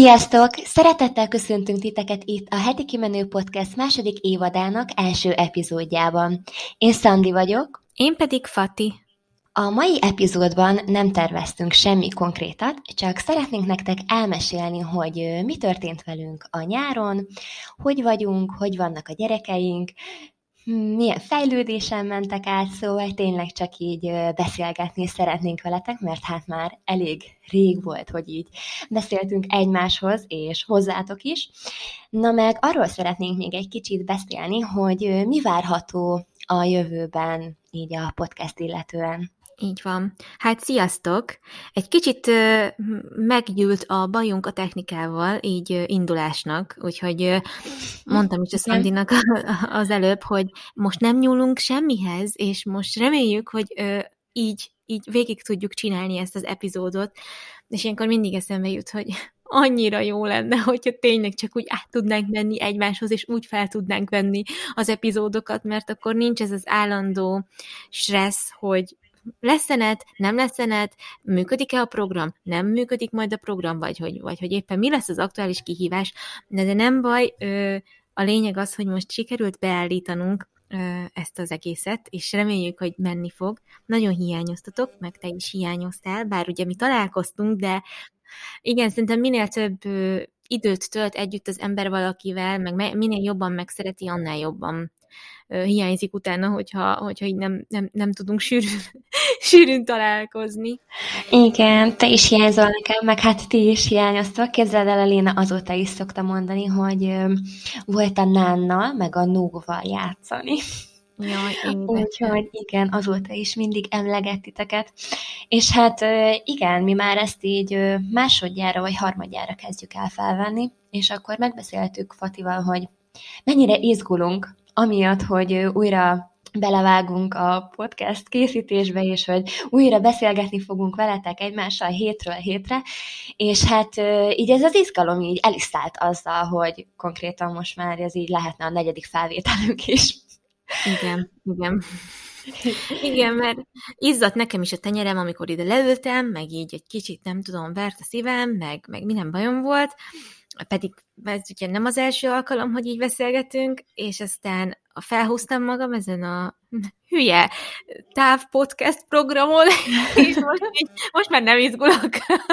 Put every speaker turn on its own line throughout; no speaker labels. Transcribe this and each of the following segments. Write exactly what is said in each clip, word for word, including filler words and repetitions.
Sziasztok! Szeretettel köszöntünk titeket itt a Heti Kimenő Podcast második évadának első epizódjában. Én Szandi vagyok.
Én pedig Fati.
A mai epizódban nem terveztünk semmi konkrétat, csak szeretnénk nektek elmesélni, hogy mi történt velünk a nyáron, hogy vagyunk, hogy vannak a gyerekeink, milyen fejlődésen mentek át, szóval tényleg csak így beszélgetni szeretnénk veletek, mert hát már elég rég volt, hogy így beszéltünk egymáshoz, és hozzátok is. Na meg arról szeretnénk még egy kicsit beszélni, hogy mi várható a jövőben így a podcast illetően.
Így van. Hát sziasztok! Egy kicsit uh, meggyűlt a bajunk a technikával, így uh, indulásnak, úgyhogy uh, mondtam is a Szandinak az előbb, hogy most nem nyúlunk semmihez, és most reméljük, hogy uh, így, így végig tudjuk csinálni ezt az epizódot, és ilyenkor mindig eszembe jut, hogy annyira jó lenne, hogyha tényleg csak úgy át tudnánk menni egymáshoz, és úgy fel tudnánk venni az epizódokat, mert akkor nincs ez az állandó stressz, hogy lesz-e net, nem lesz-e net, működik-e a program, nem működik majd a program, vagy hogy, vagy hogy éppen mi lesz az aktuális kihívás, de, de nem baj, a lényeg az, hogy most sikerült beállítanunk ezt az egészet, és reméljük, hogy menni fog. Nagyon hiányoztatok, meg te is hiányoztál, bár ugye mi találkoztunk, de igen, szerintem minél több időt tölt együtt az ember valakivel, meg minél jobban megszereti, annál jobban hiányzik utána, hogyha, hogyha így nem, nem, nem tudunk sűrűn, sűrűn találkozni.
Igen, te is hiányzol nekem, meg hát ti is hiányoztok. Képzeld el, Léna azóta is szokta mondani, hogy volt a Nánnal, meg a Nóval játszani.
Jaj,
úgyhogy igen, azóta is mindig emleget titeket. És hát igen, mi már ezt így másodjára vagy harmadjára kezdjük el felvenni, és akkor megbeszéltük Fatival, hogy mennyire izgulunk amiatt, hogy újra belevágunk a podcast készítésbe, és hogy újra beszélgetni fogunk veletek egymással hétről hétre, és hát így ez az izgalom így el is szállt azzal, hogy konkrétan most már ez így lehetne a negyedik felvételünk is.
Igen, igen. Igen, mert izzadt nekem is a tenyerem, amikor ide leültem, meg így egy kicsit, nem tudom, vert a szívem, meg, meg minden bajom volt, pedig ez ugye nem az első alkalom, hogy így beszélgetünk, és aztán felhúztam magam ezen a hülye távpodcast programon, és most, így, most már nem izgulok.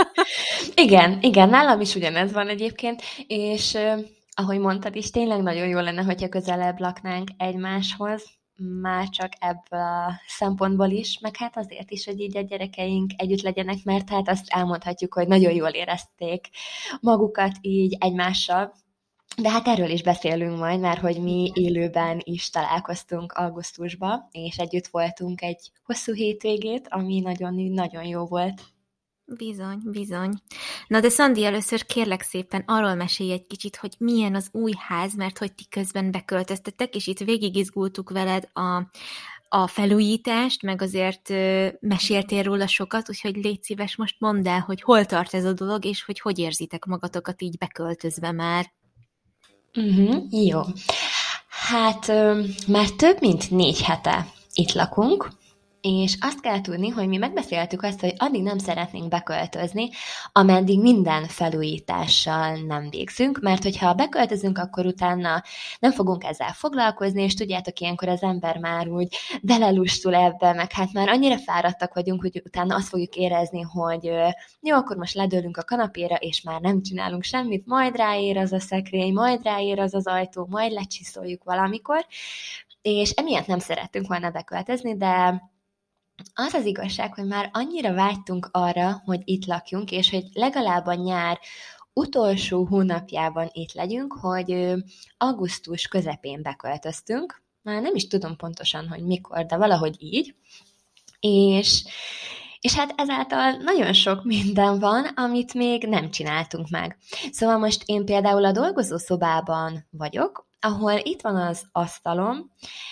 Igen, igen, nálam is ugyanez van egyébként, és ahogy mondtad is, tényleg nagyon jó lenne, hogyha közelebb laknánk egymáshoz, már csak ebből a szempontból is, meg hát azért is, hogy így a gyerekeink együtt legyenek, mert hát azt elmondhatjuk, hogy nagyon jól érezték magukat így egymással. De hát erről is beszélünk majd, mert hogy mi élőben is találkoztunk augusztusban, és együtt voltunk egy hosszú hétvégét, ami nagyon-nagyon jó volt.
Bizony, bizony. Na de Szandi, először kérlek szépen arról mesélj egy kicsit, hogy milyen az új ház, mert hogy ti közben beköltöztetek, és itt végigizgultuk veled a, a felújítást, meg azért ö, meséltél róla sokat, úgyhogy légy szíves, most mondd el, hogy hol tart ez a dolog, és hogy hogy érzitek magatokat így beköltözve már.
Uh-huh, jó. Hát ö, már több mint négy hete itt lakunk, és azt kell tudni, hogy mi megbeszéltük azt, hogy addig nem szeretnénk beköltözni, ameddig minden felújítással nem végzünk, mert hogyha beköltözünk, akkor utána nem fogunk ezzel foglalkozni, és tudjátok, ilyenkor az ember már úgy belelustul ebbe, meg hát már annyira fáradtak vagyunk, hogy utána azt fogjuk érezni, hogy jó, akkor most ledőlünk a kanapéra, és már nem csinálunk semmit, majd ráér az a szekrény, majd ráér az az ajtó, majd lecsiszoljuk valamikor, és emiatt nem szerettünk volna beköltözni, de az az igazság, hogy már annyira vágytunk arra, hogy itt lakjunk, és hogy legalább a nyár utolsó hónapjában itt legyünk, hogy augusztus közepén beköltöztünk. Már nem is tudom pontosan, hogy mikor, de valahogy így. És, és hát ezáltal nagyon sok minden van, amit még nem csináltunk meg. Szóval most én például a dolgozószobában vagyok, ahol itt van az asztalom,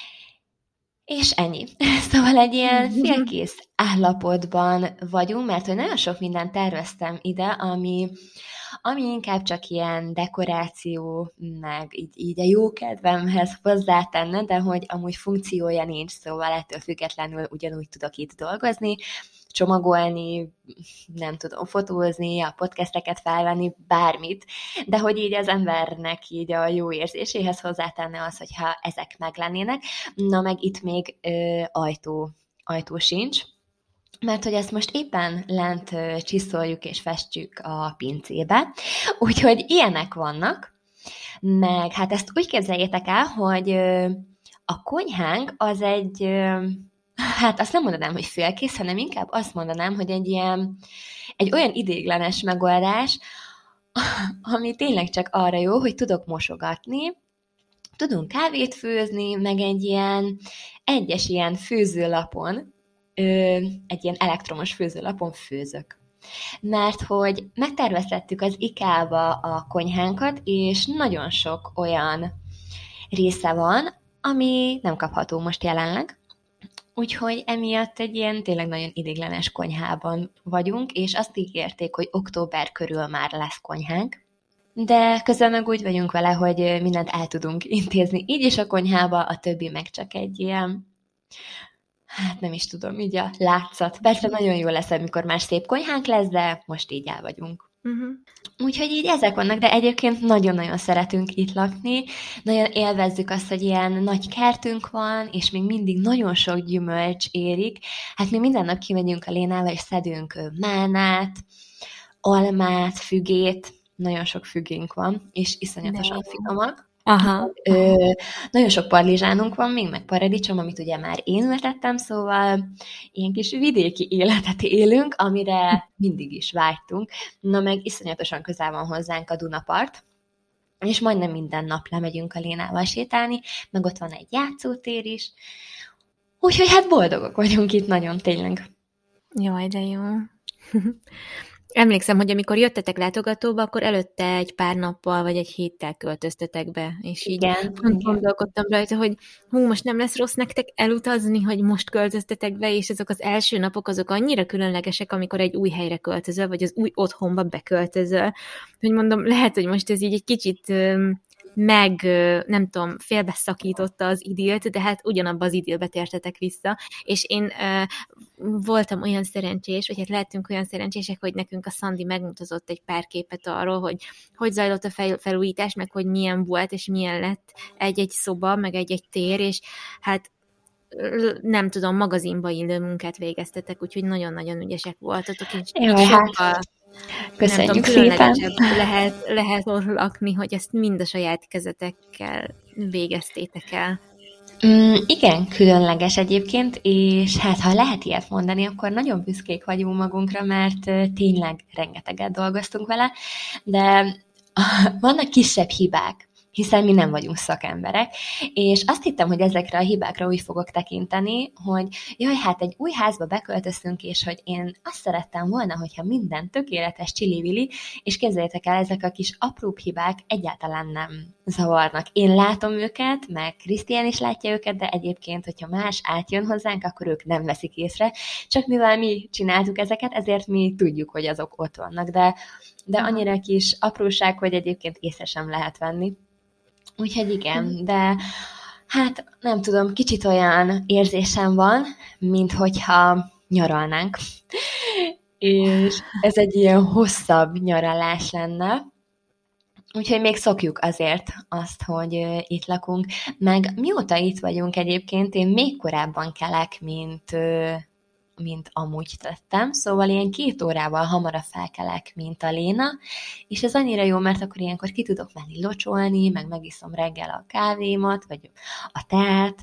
és ennyi. Szóval egy ilyen félkész állapotban vagyunk, mert hogy nagyon sok mindent terveztem ide, ami, ami inkább csak ilyen dekoráció, meg így, így a jó kedvemhez hozzátenne, de hogy amúgy funkciója nincs, szóval ettől függetlenül ugyanúgy tudok itt dolgozni, csomagolni, nem tudom, fotózni, a podcasteket felvenni, bármit, de hogy így az embernek így a jó érzéséhez hozzátenne az, hogyha ezek meglennének. Na meg itt még ö, ajtó, ajtó sincs, mert hogy ezt most éppen lent ö, csiszoljuk és festjük a pincébe, úgyhogy ilyenek vannak, meg hát ezt úgy képzeljétek el, hogy ö, a konyhánk az egy, ö, hát azt nem mondanám, hogy félkész, hanem inkább azt mondanám, hogy egy ilyen, egy olyan idéglenes megoldás, ami tényleg csak arra jó, hogy tudok mosogatni, tudunk kávét főzni, meg egy ilyen egyes ilyen főzőlapon, ö, egy ilyen elektromos főzőlapon főzök. Mert hogy megterveztettük az IKEA-ba a konyhánkat, és nagyon sok olyan része van, ami nem kapható most jelenleg. Úgyhogy emiatt egy ilyen tényleg nagyon idéglenes konyhában vagyunk, és azt ígérték, hogy október körül már lesz konyhánk. De közben meg úgy vagyunk vele, hogy mindent el tudunk intézni így is a konyhába, a többi meg csak egy ilyen, hát nem is tudom, így a látszat. Persze nagyon jó lesz, amikor már szép konyhánk lesz, de most így el vagyunk. Uh-huh. Úgyhogy így ezek vannak, de egyébként nagyon-nagyon szeretünk itt lakni, nagyon élvezzük azt, hogy ilyen nagy kertünk van, és még mindig nagyon sok gyümölcs érik. Hát mi minden nap kimegyünk a Lénával, és szedünk málnát, almát, fügét, nagyon sok fügénk van, és iszonyatosan finomak. Aha. Ö, nagyon sok parlizsánunk van még, meg paradicsom, amit ugye már én ültettem, szóval ilyen kis vidéki életet élünk, amire mindig is vágytunk. Na meg iszonyatosan közel van hozzánk a Dunapart, és majdnem minden nap lemegyünk a Lénával sétálni, meg ott van egy játszótér is. Úgyhogy hát boldogok vagyunk itt nagyon, tényleg.
Jaj, de jó. Emlékszem, hogy amikor jöttetek látogatóba, akkor előtte egy pár nappal vagy egy héttel költöztetek be, és így igen, gondolkodtam rajta, hogy hú, most nem lesz rossz nektek elutazni, hogy most költöztetek be, és azok az első napok azok annyira különlegesek, amikor egy új helyre költözöl, vagy az új otthonba beköltözöl, hogy mondom, lehet, hogy most ez így egy kicsit meg, nem tudom, félbeszakította az idilt, de hát ugyanabba az idilbe tértetek vissza, és én uh, voltam olyan szerencsés, vagy hát lehetünk olyan szerencsések, hogy nekünk a Szandi megmutatott egy pár képet arról, hogy hogy zajlott a fel, felújítás, meg hogy milyen volt, és milyen lett egy-egy szoba, meg egy-egy tér, és hát nem tudom, magazinba illő munkát végeztetek, úgyhogy nagyon-nagyon ügyesek voltatok, és
Jaj,
sokkal...
Hát. Köszönjük
tudom,
szépen.
Lehet, lehet ott lakni, hogy ezt mind a saját kezetekkel végeztétek el.
Mm, igen, különleges egyébként, és hát ha lehet ilyet mondani, akkor nagyon büszkék vagyunk magunkra, mert tényleg rengeteget dolgoztunk vele, de vannak kisebb hibák, hiszen mi nem vagyunk szakemberek, és azt hittem, hogy ezekre a hibákra úgy fogok tekinteni, hogy jaj, hát egy új házba beköltöztünk, és hogy én azt szerettem volna, hogyha minden tökéletes csili-vili, és képzeljétek el, ezek a kis apróbb hibák egyáltalán nem zavarnak. Én látom őket, meg Krisztián is látja őket, de egyébként, hogyha más átjön hozzánk, akkor ők nem veszik észre, csak mivel mi csináltuk ezeket, ezért mi tudjuk, hogy azok ott vannak, de, de annyira kis apróság, hogy egyébként észre sem lehet venni. Úgyhogy igen, de hát nem tudom, kicsit olyan érzésem van, mint hogyha nyaralnánk. És ez egy ilyen hosszabb nyaralás lenne. Úgyhogy még szokjuk azért azt, hogy itt lakunk. Meg mióta itt vagyunk egyébként, én még korábban kelek, mint... mint amúgy tettem, szóval ilyen két órával hamarabb felkelek, mint a Léna, és ez annyira jó, mert akkor ilyenkor ki tudok menni locsolni, meg megiszom reggel a kávémat, vagy a teát,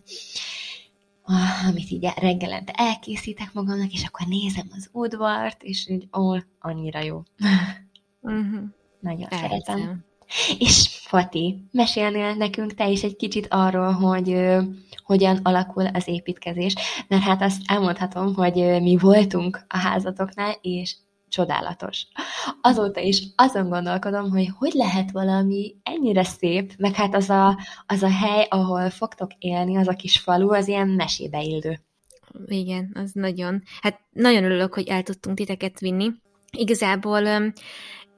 amit így reggelente elkészítek magamnak, és akkor nézem az udvart, és így, ó, annyira jó. Uh-huh. Nagyon Elhiszem. Szeretem. És Fati, mesélnél nekünk te is egy kicsit arról, hogy uh, hogyan alakul az építkezés, mert hát azt elmondhatom, hogy uh, mi voltunk a házatoknál, és csodálatos. Azóta is azon gondolkodom, hogy hogy lehet valami ennyire szép, meg hát az a, az a hely, ahol fogtok élni, az a kis falu, az ilyen mesébe illő.
Igen, az nagyon. Hát nagyon örülök, hogy el tudtunk titeket vinni. Igazából... Um,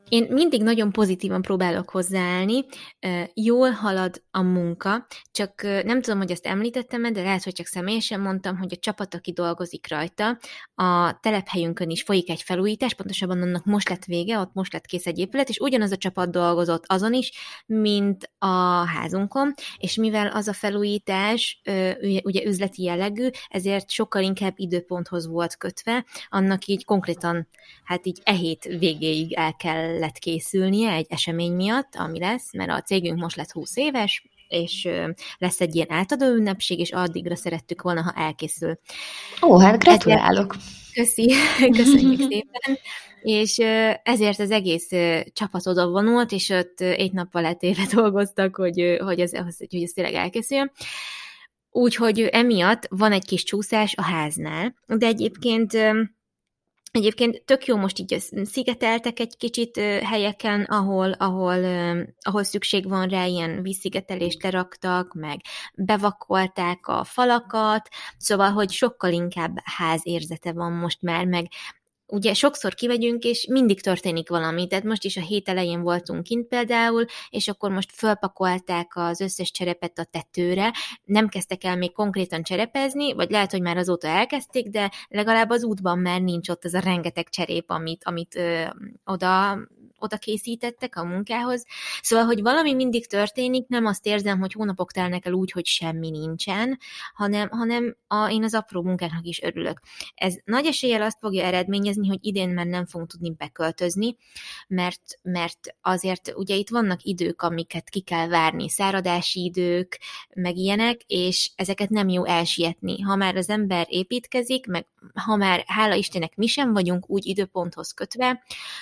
Én mindig nagyon pozitívan próbálok hozzáállni, jól halad a munka, csak nem tudom, hogy ezt említettem, de lehet, hogy csak személyesen mondtam, hogy a csapat, aki dolgozik rajta, a telephelyünkön is folyik egy felújítás, pontosabban annak most lett vége, ott most lett kész egy épület, és ugyanaz a csapat dolgozott azon is, mint a házunkon, és mivel az a felújítás ugye üzleti jellegű, ezért sokkal inkább időponthoz volt kötve, annak így konkrétan, hát így e hét végéig el kell lett készülnie egy esemény miatt, ami lesz, mert a cégünk most lett húsz éves, és lesz egy ilyen átadó ünnepség, és addigra szerettük volna, ha elkészül.
Ó, hát gratulálok!
Köszi, köszönjük szépen! És ezért az egész csapat oda vonult, és ott egy nappal letéve dolgoztak, hogy, hogy, ez, hogy ez tényleg elkészül. Úgyhogy emiatt van egy kis csúszás a háznál, de egyébként Egyébként tök jó, most így szigeteltek egy kicsit helyeken, ahol, ahol, ahol szükség van rá, ilyen vízszigetelést leraktak, meg bevakolták a falakat, szóval, hogy sokkal inkább házérzete van most már, meg ugye sokszor kimegyünk, és mindig történik valami, tehát most is a hét elején voltunk kint például, és akkor most fölpakolták az összes cserepet a tetőre, nem kezdtek el még konkrétan cserepezni, vagy lehet, hogy már azóta elkezdték, de legalább az útban már nincs ott az a rengeteg cserép, amit, amit ö, oda, oda készítettek a munkához. Szóval, hogy valami mindig történik, nem azt érzem, hogy hónapok telnek el úgy, hogy semmi nincsen, hanem, hanem a, én az apró munkáknak is örülök. Ez nagy eséllyel azt fogja eredményezni, hogy idén már nem fogunk tudni beköltözni, mert, mert azért ugye itt vannak idők, amiket ki kell várni, száradási idők, meg ilyenek, és ezeket nem jó elsietni. Ha már az ember építkezik, meg ha már hála Istennek mi sem vagyunk úgy időponthoz kötve,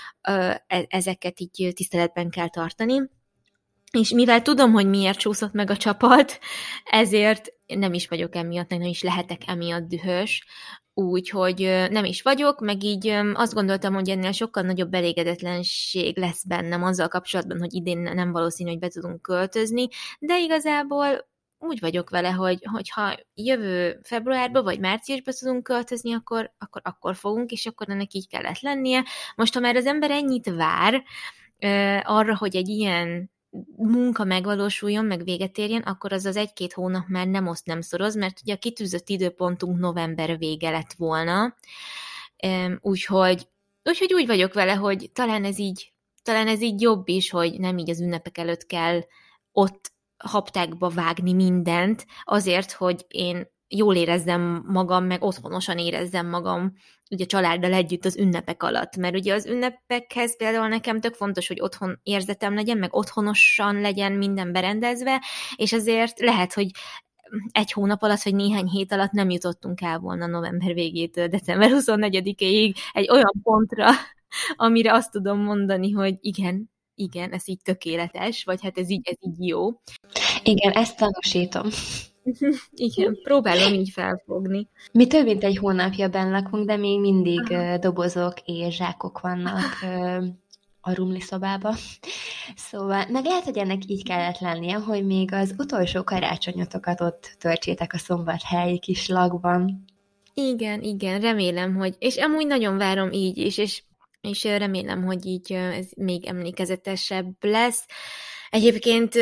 ezeket így tiszteletben kell tartani. És mivel tudom, hogy miért csúszott meg a csapat, ezért nem is vagyok emiatt, nem is lehetek emiatt dühös, úgyhogy nem is vagyok, meg így azt gondoltam, hogy ennél sokkal nagyobb elégedetlenség lesz bennem azzal kapcsolatban, hogy idén nem valószínű, hogy be tudunk költözni, de igazából úgy vagyok vele, hogy, hogy ha jövő februárban vagy márciusban tudunk költözni, akkor, akkor, akkor fogunk, és akkor ennek így kellett lennie. Most, ha már az ember ennyit vár arra, hogy egy ilyen munka megvalósuljon, meg véget érjen, akkor az az egy-két hónap már nem oszt, nem szoroz, mert ugye a kitűzött időpontunk november vége lett volna. Úgyhogy, úgyhogy úgy vagyok vele, hogy talán ez így, talán ez így jobb is, hogy nem így az ünnepek előtt kell ott haptákba vágni mindent, azért, hogy én jól érezzem magam, meg otthonosan érezzem magam ugye családdal együtt az ünnepek alatt, mert ugye az ünnepekhez például nekem tök fontos, hogy otthon érzetem legyen, meg otthonosan legyen minden berendezve, és azért lehet, hogy egy hónap alatt, vagy néhány hét alatt nem jutottunk el volna november végétől december huszonnegyedikéig egy olyan pontra, amire azt tudom mondani, hogy igen, igen, ez így tökéletes, vagy hát ez így, ez így jó.
Igen, ezt tanúsítom.
Igen, próbálom így felfogni.
Mi több mint egy hónapja benn lakunk, de még mindig Aha. dobozok és zsákok vannak a rumli szobába. Szóval, meg lehet, hogy ennek így kellett lennie, hogy még az utolsó karácsonyotokat ott töltsétek a szombathelyi kis lakban.
Igen, igen, remélem, hogy... És amúgy nagyon várom így is, és, és remélem, hogy így ez még emlékezetesebb lesz. Egyébként...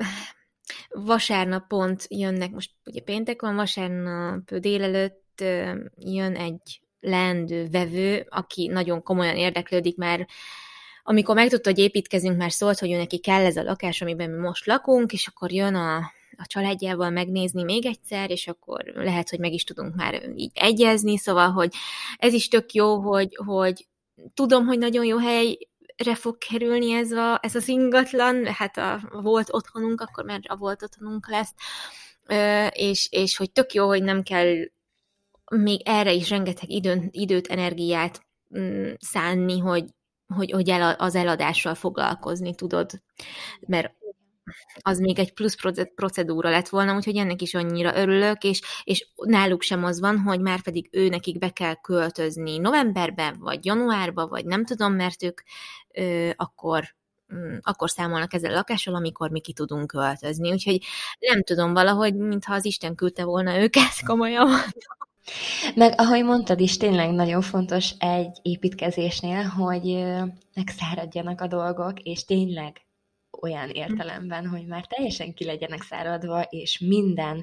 vasárnap pont jönnek, most ugye péntek van, vasárnap délelőtt jön egy leendő vevő, aki nagyon komolyan érdeklődik már, amikor megtudta, hogy építkezünk, már szólt, hogy ő neki kell ez a lakás, amiben mi most lakunk, és akkor jön a, a családjával megnézni még egyszer, és akkor lehet, hogy meg is tudunk már így egyezni, szóval, hogy ez is tök jó, hogy, hogy tudom, hogy nagyon jó hely re fog kerülni ez, a, ez az ingatlan, hát a volt otthonunk, akkor már a volt otthonunk lesz, és, és hogy tök jó, hogy nem kell még erre is rengeteg időt, időt energiát szánni, hogy, hogy, hogy el, az eladással foglalkozni, tudod, mert az még egy plusz procedúra lett volna, úgyhogy ennek is annyira örülök, és, és náluk sem az van, hogy már pedig ő nekik be kell költözni novemberben, vagy januárban, vagy nem tudom, mert ők ö, akkor, ö, akkor számolnak ezzel a lakással, amikor mi ki tudunk költözni. Úgyhogy nem tudom, valahogy, mintha az Isten küldte volna őket, komolyan.
Meg ahogy mondtad is, tényleg nagyon fontos egy építkezésnél, hogy ö, megszáradjanak a dolgok, és tényleg olyan értelemben, hogy már teljesen ki legyenek száradva, és minden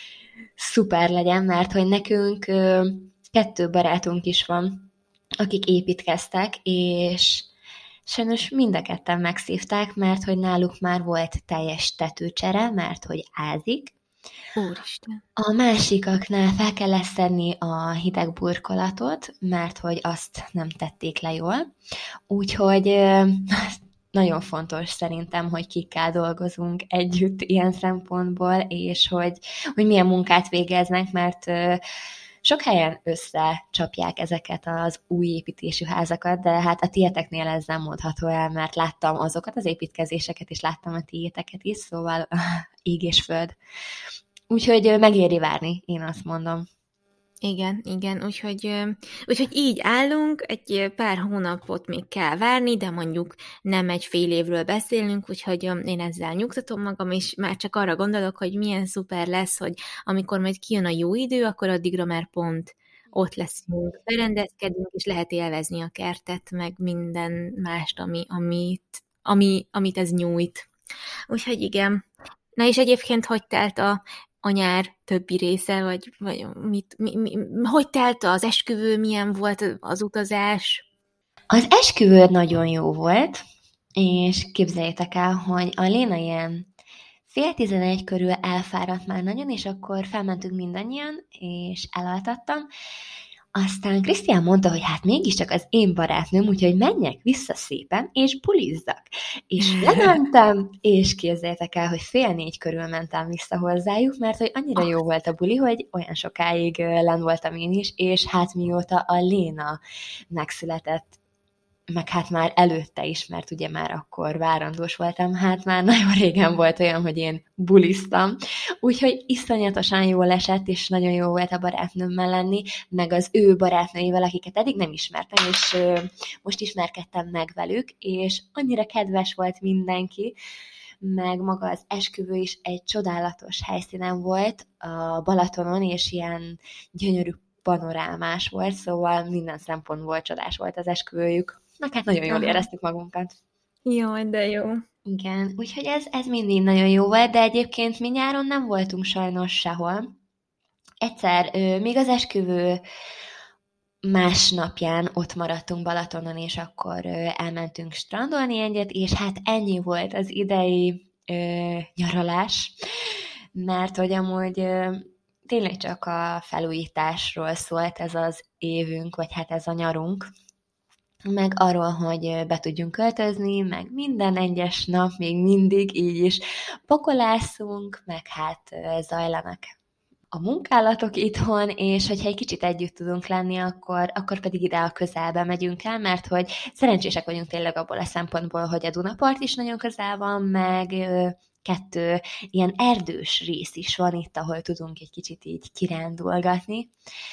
szuper legyen, mert hogy nekünk ö, kettő barátunk is van, akik építkeztek, és sajnos mind a ketten megszívták, mert hogy náluk már volt teljes tetőcsere, mert hogy ázik.
Úristen.
A másikaknál fel kell szedni a hideg burkolatot, mert hogy azt nem tették le jól. Úgyhogy ö, nagyon fontos szerintem, hogy kikkel dolgozunk együtt ilyen szempontból, és hogy, hogy milyen munkát végeznek, mert ö, sok helyen összecsapják ezeket az új építésű házakat, de hát a tieteknél ez nem mondható el, mert láttam azokat az építkezéseket, és láttam a tiéteket is, szóval ég és föld. Úgyhogy ö, megéri várni, én azt mondom.
Igen, igen, úgyhogy, ö, úgyhogy így állunk, egy pár hónapot még kell várni, de mondjuk nem egy fél évről beszélünk, úgyhogy ö, én ezzel nyugtatom magam, és már csak arra gondolok, hogy milyen szuper lesz, hogy amikor majd kijön a jó idő, akkor addigra már pont ott leszünk, berendezkedünk, és lehet élvezni a kertet, meg minden mást, ami, amit, ami, amit ez nyújt. Úgyhogy igen. Na és egyébként hogy telt a, a nyár többi része, vagy, vagy mit, mi, mi, hogy telt az esküvő, milyen volt az utazás?
Az esküvő nagyon jó volt, és képzeljétek el, hogy a Léna ilyen fél tizenegy körül elfáradt már nagyon, és akkor felmentünk mindannyian, és elaltattam. Aztán Krisztián mondta, hogy hát mégiscsak az én barátnőm, úgyhogy menjek vissza szépen, és bulizzak. És lementem, és képzeljétek el, hogy fél négy körül mentem vissza hozzájuk, mert hogy annyira jó volt a buli, hogy olyan sokáig ö, lenn voltam én is, és hát mióta a Léna megszületett, meg hát már előtte is, mert ugye már akkor várandós voltam, hát már nagyon régen volt olyan, hogy én buliztam. Úgyhogy iszonyatosan jól esett, és nagyon jó volt a barátnőmmel lenni, meg az ő barátnőivel, akiket eddig nem ismertem, és ö, most ismerkedtem meg velük, és annyira kedves volt mindenki, meg maga az esküvő is egy csodálatos helyszínen volt a Balatonon, és ilyen gyönyörű panorámás volt, szóval minden szempontból csodás volt az esküvőjük. Na hát nagyon jól
Aha.
éreztük magunkat.
Jaj, de jó.
Igen, úgyhogy ez, ez mindig nagyon jó volt, de egyébként mi nyáron nem voltunk sajnos sehol. Egyszer, ö, még az esküvő másnapján ott maradtunk Balatonon, és akkor ö, elmentünk strandolni egyet, és hát ennyi volt az idei ö, nyaralás, mert hogy amúgy ö, tényleg csak a felújításról szólt ez az évünk, vagy hát ez a nyarunk, meg arról, hogy be tudjunk költözni, meg minden egyes nap még mindig így is pakolászunk, meg hát ö, zajlanak a munkálatok itthon, és hogyha egy kicsit együtt tudunk lenni, akkor, akkor pedig ide a közelbe megyünk el, mert hogy szerencsések vagyunk tényleg abból a szempontból, hogy a Dunapart is nagyon közel van, meg ö, kettő ilyen erdős rész is van itt, ahol tudunk egy kicsit így kirándulgatni.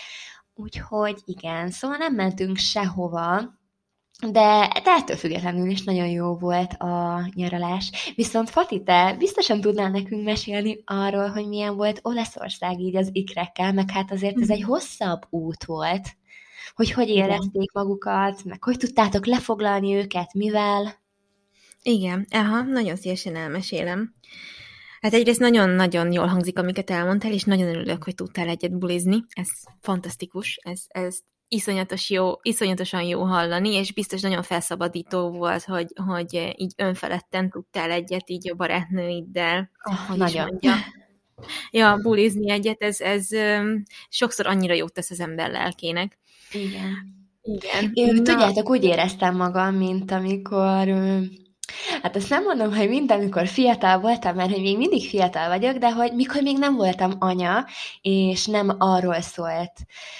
Úgyhogy igen, szóval nem mentünk sehova, de, de ettől függetlenül is nagyon jó volt a nyaralás. Viszont Fati, te biztosan tudnál nekünk mesélni arról, hogy milyen volt Olaszország így az ikrekkel, meg hát azért ez egy hosszabb út volt, hogy hogy
Igen.
érezték magukat, meg hogy tudtátok lefoglalni őket, mivel.
Igen, aha, nagyon szívesen elmesélem. Hát egyrészt nagyon-nagyon jól hangzik, amiket elmondtál, és nagyon örülök, hogy tudtál egyet bulizni. Ez fantasztikus, ez, ez iszonyatos jó, iszonyatosan jó hallani, és biztos nagyon felszabadító volt, hogy, hogy így önfeledten tudtál egyet így a barátnőiddel.
Oh,
hogy
nagyon.
Mondja. Ja, bulizni egyet, ez, ez um, sokszor annyira jót tesz az ember lelkének.
Igen.
Igen.
Én,
Na.
tudjátok, úgy éreztem magam, mint amikor... Hát azt nem mondom, hogy mint amikor fiatal voltam, mert hogy még mindig fiatal vagyok, de hogy mikor még nem voltam anya, és nem arról szólt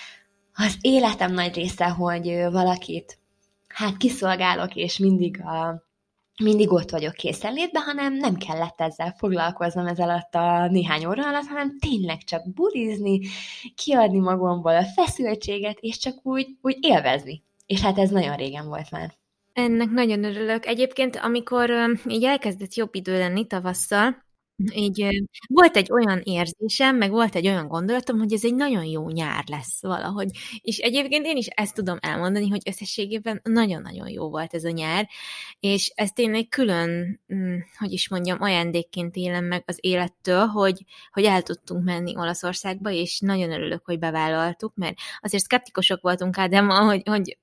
az életem nagy része, hogy valakit hát kiszolgálok, és mindig, a, mindig ott vagyok készenlétben, hanem nem kellett ezzel foglalkoznom ez alatt a néhány óra alatt, hanem tényleg csak bulizni, kiadni magamból a feszültséget, és csak úgy, úgy élvezni. És hát ez nagyon régen volt már.
Ennek nagyon örülök. Egyébként, amikor um, így elkezdett jobb idő lenni tavasszal, így volt egy olyan érzésem, meg volt egy olyan gondolatom, hogy ez egy nagyon jó nyár lesz valahogy. És egyébként én is ezt tudom elmondani, hogy összességében nagyon-nagyon jó volt ez a nyár, és ezt én egy külön, hogy is mondjam, ajándékként élem meg az élettől, hogy, hogy el tudtunk menni Olaszországba, és nagyon örülök, hogy bevállaltuk, mert azért szkeptikusok voltunk Ádámmal, hogy, hogy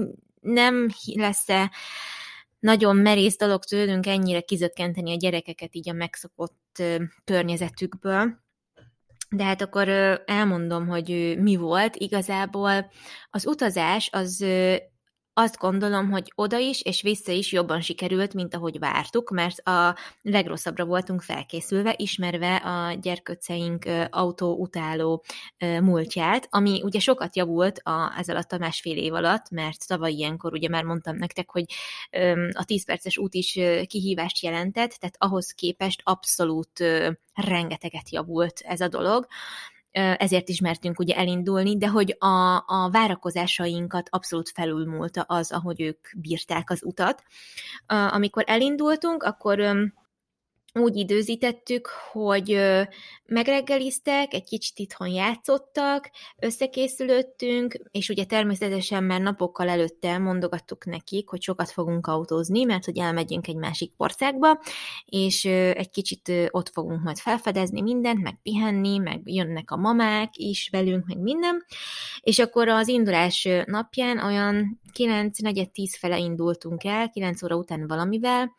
nem lesz-e nagyon merész dolog tőlünk ennyire kizökkenteni a gyerekeket így a megszokott környezetükből. De hát akkor elmondom, hogy mi volt. Igazából az utazás az azt gondolom, hogy oda is és vissza is jobban sikerült, mint ahogy vártuk, mert a legrosszabbra voltunk felkészülve, ismerve a gyerkőceink autóutáló múltját, ami ugye sokat javult a, ez alatt a másfél év alatt, mert tavaly ilyenkor ugye már mondtam nektek, hogy a tíz perces út is kihívást jelentett, tehát ahhoz képest abszolút rengeteget javult ez a dolog. Ezért is mertünk ugye elindulni, de hogy a, a várakozásainkat abszolút felülmúlta az, ahogy ők bírták az utat. Amikor elindultunk, akkor úgy időzítettük, hogy megreggeliztek, egy kicsit itthon játszottak, összekészülöttünk, és ugye természetesen már napokkal előtte mondogattuk nekik, hogy sokat fogunk autózni, mert hogy elmegyünk egy másik országba, és egy kicsit ott fogunk majd felfedezni mindent, meg pihenni, meg jönnek a mamák is velünk, meg minden, és akkor az indulás napján olyan kilenc negyven tíz fele indultunk el, kilenc óra után valamivel,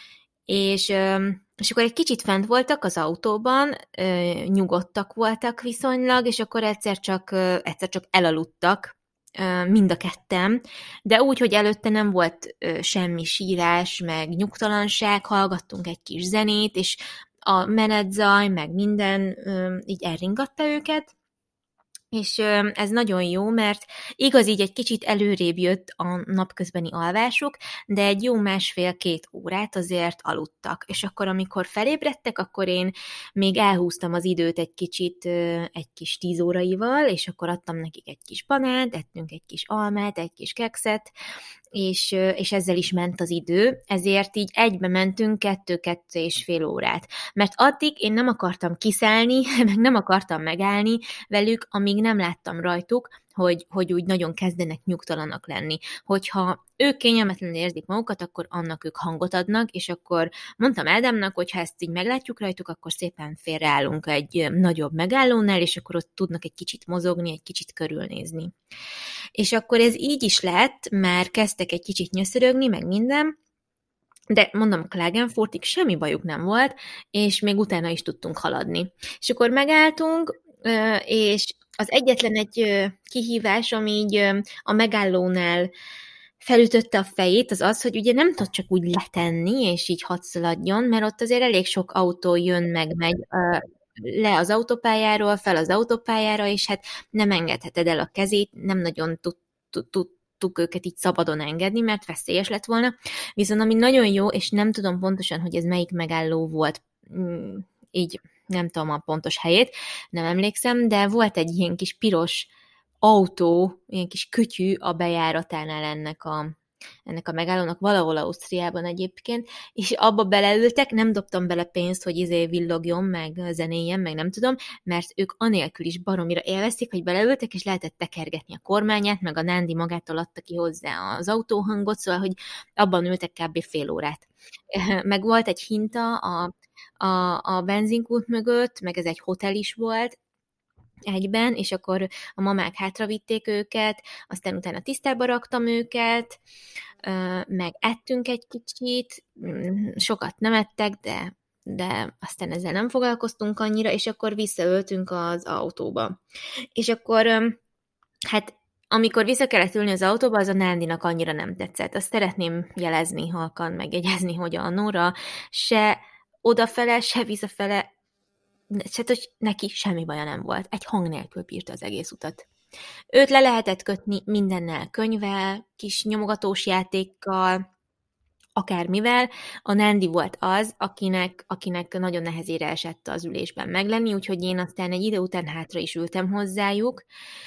és És akkor egy kicsit fent voltak az autóban, nyugodtak voltak viszonylag, és akkor egyszer csak, egyszer csak elaludtak mind a ketten, de úgy, hogy előtte nem volt semmi sírás, meg nyugtalanság, hallgattunk egy kis zenét, és a menetzaj, meg minden így elringatta őket, és ez nagyon jó, mert igaz, így egy kicsit előrébb jött a napközbeni alvásuk, de egy jó másfél-két órát azért aludtak. És akkor, amikor felébredtek, akkor én még elhúztam az időt egy kicsit egy kis tíz óraival, és akkor adtam nekik egy kis banánt, ettünk egy kis almát, egy kis kekszet, és, és ezzel is ment az idő, ezért így egybe mentünk kettő-kettő és fél órát. Mert addig én nem akartam kiszállni, meg nem akartam megállni velük, amíg nem láttam rajtuk, hogy, hogy úgy nagyon kezdenek nyugtalanak lenni. Hogyha ők kényelmetlenül érzik magukat, akkor annak ők hangot adnak, és akkor mondtam Ádámnak, hogy ha ezt így meglátjuk rajtuk, akkor szépen félreállunk egy nagyobb megállónál, és akkor ott tudnak egy kicsit mozogni, egy kicsit körülnézni. És akkor ez így is lett, már kezdtek egy kicsit nyöszörögni, meg minden, de mondom, Klagenfurtig semmi bajuk nem volt, és még utána is tudtunk haladni. És akkor megálltunk, és az egyetlen egy kihívás, ami így a megállónál felütötte a fejét, az az, hogy ugye nem tud csak úgy letenni, és így hadd szaladjon, mert ott azért elég sok autó jön, meg megy le az autópályáról, fel az autópályára, és hát nem engedheted el a kezét, nem nagyon tud, tud, tudtuk őket így szabadon engedni, mert veszélyes lett volna. Viszont ami nagyon jó, és nem tudom pontosan, hogy ez melyik megálló volt, így nem tudom a pontos helyét, nem emlékszem, de volt egy ilyen kis piros autó, ilyen kis kütyű a bejáratánál ennek a, ennek a megállónak, valahol Ausztriában egyébként, és abba beleültek, nem dobtam bele pénzt, hogy izé villogjon, meg zenéljen, meg nem tudom, mert ők anélkül is baromira élvezték, hogy beleültek, és lehetett tekergetni a kormányát, meg a nándi magától adta ki hozzá az autóhangot, szóval, hogy abban ültek kb. Fél órát. Meg volt egy hinta a, a, a benzinkút mögött, meg ez egy hotel is volt, egyben, és akkor a mamák hátravitték őket, aztán utána tisztába raktam őket, meg ettünk egy kicsit, sokat nem ettek, de, de aztán ezzel nem foglalkoztunk annyira, és akkor visszaöltünk az autóba. És akkor, hát amikor vissza kellett ülni az autóba, az a Nándinak annyira nem tetszett. Azt szeretném jelezni halkan, megjegyezni, hogy a Nóra se odafele, se visszafele, hát, hogy neki semmi baja nem volt. Egy hang nélkül bírta az egész utat. Őt le lehetett kötni mindennel, könyvvel, kis nyomogatós játékkal, akármivel. A Nándi volt az, akinek, akinek nagyon nehezére esett az ülésben meglenni, úgyhogy én aztán egy idő után hátra is ültem hozzájuk,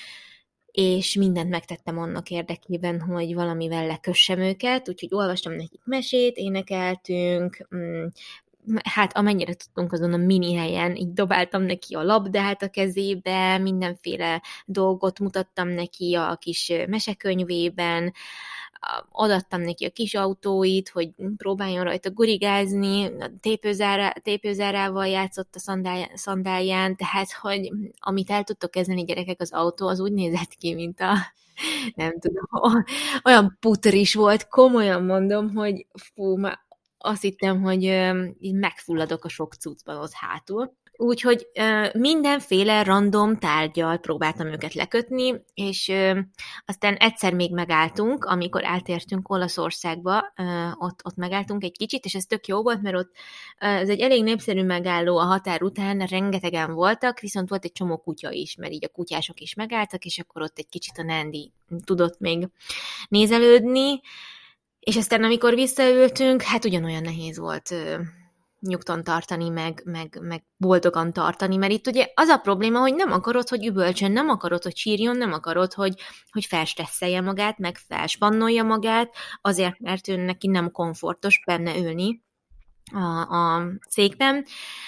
és mindent megtettem annak érdekében, hogy valamivel lekössem őket, úgyhogy olvastam nekik mesét, énekeltünk, hát amennyire tudtunk azon a mini helyen, így dobáltam neki a labdát a kezébe, mindenféle dolgot mutattam neki a kis mesekönyvében, adattam neki a kis autóit, hogy próbáljon rajta gurigázni, tépőzárá, tépőzárával játszott a szandál, szandálján, tehát, hogy amit el tudtok kezdeni gyerekek, az autó, az úgy nézett ki, mint a nem tudom, olyan putris volt, komolyan mondom, hogy fú, már azt hittem, hogy így megfulladok a sok cuccban ott hátul. Úgyhogy mindenféle random tárgyal próbáltam őket lekötni, és aztán egyszer még megálltunk, amikor átértünk Olaszországba, ott, ott megálltunk egy kicsit, és ez tök jó volt, mert ott ez egy elég népszerű megálló a határ után, rengetegen voltak, viszont volt egy csomó kutya is, mert így a kutyások is megálltak, és akkor ott egy kicsit a Nandi tudott még nézelődni, és aztán amikor visszaültünk, hát ugyanolyan nehéz volt nyugton tartani, meg, meg, meg boldogan tartani, mert itt ugye az a probléma, hogy nem akarod, hogy üvölcsön, nem akarod, hogy sírjon, nem akarod, hogy, hogy felstresszelje magát, meg felspannolja magát, azért, mert ő neki nem komfortos benne ülni a, a székben.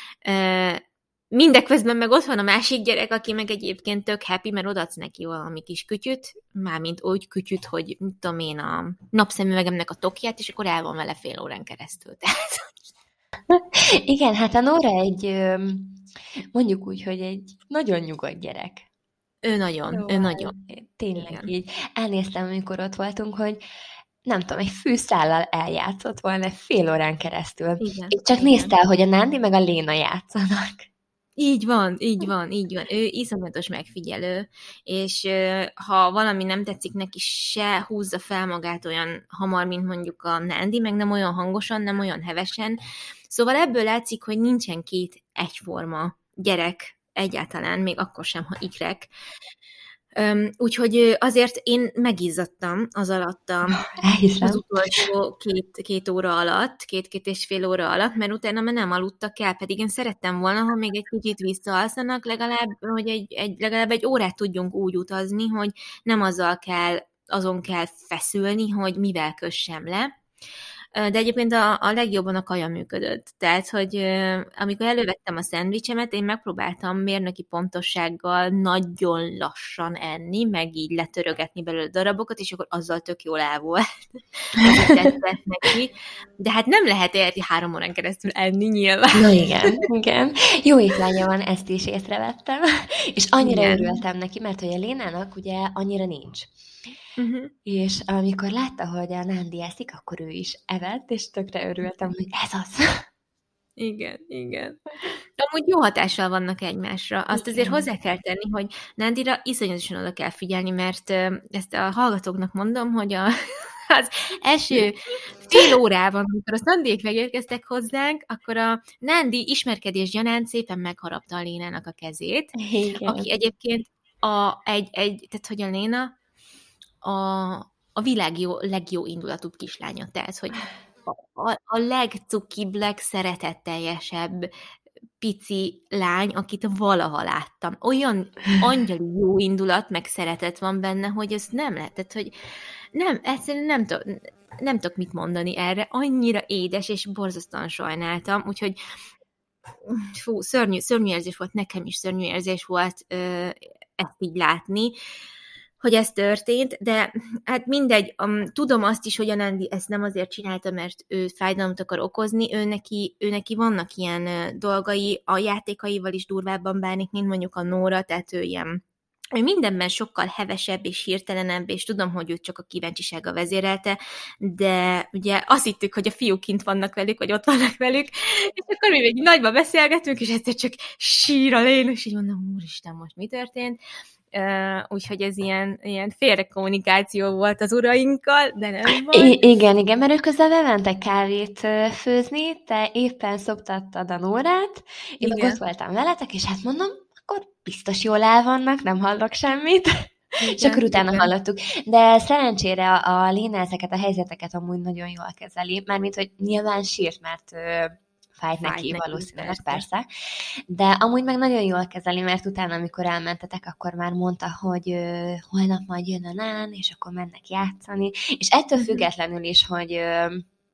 Mindeközben meg ott van a másik gyerek, aki meg egyébként tök happy, mert odaadsz neki valami kis kütyüt, mármint úgy kütyüt, hogy mit tudom én, a napszemüvegemnek a tokját, és akkor el van vele fél órán keresztül. Tehát...
Igen, hát a Nóra egy, mondjuk úgy, hogy egy nagyon nyugodt gyerek.
Ő nagyon,
Jó,
ő nagyon.
Tényleg
Igen.
így. Elnéztem, amikor ott voltunk, hogy nem tudom, egy fűszállal eljátszott volna fél órán keresztül.
Igen,
és csak
igen.
nézte, hogy a Nándi meg a Léna játszanak.
Így van, így van, így van. Ő iszonyatos megfigyelő, és ha valami nem tetszik neki, se húzza fel magát olyan hamar, mint mondjuk a Nándi, meg nem olyan hangosan, nem olyan hevesen. Szóval ebből látszik, hogy nincsen két egyforma gyerek egyáltalán, még akkor sem, ha ikrek. Úgyhogy azért én megizzadtam az alatt a, az utolsó két, két óra alatt, két-két és fél óra alatt, mert utána már nem aludtak el, pedig én szerettem volna, ha még egy kicsit visszaalszanak, legalább, hogy egy, egy, legalább egy órát tudjunk úgy utazni, hogy nem azzal kell, azon kell feszülni, hogy mivel kössem le. De egyébként a, a legjobban a kaja működött. Tehát, hogy amikor elővettem a szendvicsemet, én megpróbáltam mérnöki pontossággal nagyon lassan enni, meg így letörögetni belőle darabokat, és akkor azzal tök jól el volt. tetszett neki. De hát nem lehet érti három órán keresztül enni nyilván.
Na igen, igen. Jó étvágya van, ezt is észrevettem. És annyira igen. örültem neki, mert hogy a Lénának ugye annyira nincs. Uh-huh. És amikor látta, hogy a Nándi eszik, akkor ő is evett, és tökre örültem, hogy ez az.
Igen, igen. Amúgy jó hatással vannak egymásra. Azt igen. azért hozzá kell tenni, hogy Nándira iszonyatosan oda kell figyelni, mert ezt a hallgatóknak mondom, hogy a, az első fél órában, amikor a Szandék megérkeztek hozzánk, akkor a Nándi ismerkedés gyanánt szépen megharapta a Lénának a kezét, igen. aki egyébként a, egy, egy, tehát hogy a Léna a, a világ jó, legjobb indulatúbb kislánya. Tehát, hogy a, a legcukibb, legszeretetteljesebb pici lány, akit valaha láttam. Olyan angyali jó indulat, meg szeretet van benne, hogy ez nem lehet. Tehát, hogy nem, egyszerűen nem, to, nem tudok mit mondani erre. Annyira édes, és borzasztóan sajnáltam. Úgyhogy fú, szörnyű, szörnyű érzés volt, nekem is szörnyű érzés volt ö, ezt így látni, hogy ez történt, de hát mindegy, um, tudom azt is, hogy a Nándi ezt nem azért csinálta, mert ő fájdalmat akar okozni, ő neki, ő neki vannak ilyen uh, dolgai, a játékaival is durvábban bánik, mint mondjuk a Nóra, tehát ő ilyen, ő mindenben sokkal hevesebb és hirtelenebb, és tudom, hogy őt csak a kíváncsisága vezérelte, de ugye azt hittük, hogy a fiúk kint vannak velük, vagy ott vannak velük, és akkor mi még nagyba beszélgetünk, és egyszer csak sír a Léna, és így mondom, úristen, most mi történt? Uh, úgyhogy ez ilyen, ilyen félrekommunikáció volt az urainkkal, de nem van.
I- igen, igen, mert ők közben bementek kávét főzni, te éppen szoptattad a Nórát, én igen. meg ott voltam veletek, és hát mondom, akkor biztos jól el vannak, nem hallok semmit. Igen, és akkor utána igen. hallottuk. De szerencsére a, a Léna ezeket a helyzeteket amúgy nagyon jól kezeli, mármint, hogy nyilván sírt, mert fájt neki, neki valószínűleg, persze. persze. De amúgy meg nagyon jól kezeli, mert utána, amikor elmentetek, akkor már mondta, hogy ö, holnap majd jön a Nán, és akkor mennek játszani. És ettől függetlenül is, hogy, ö,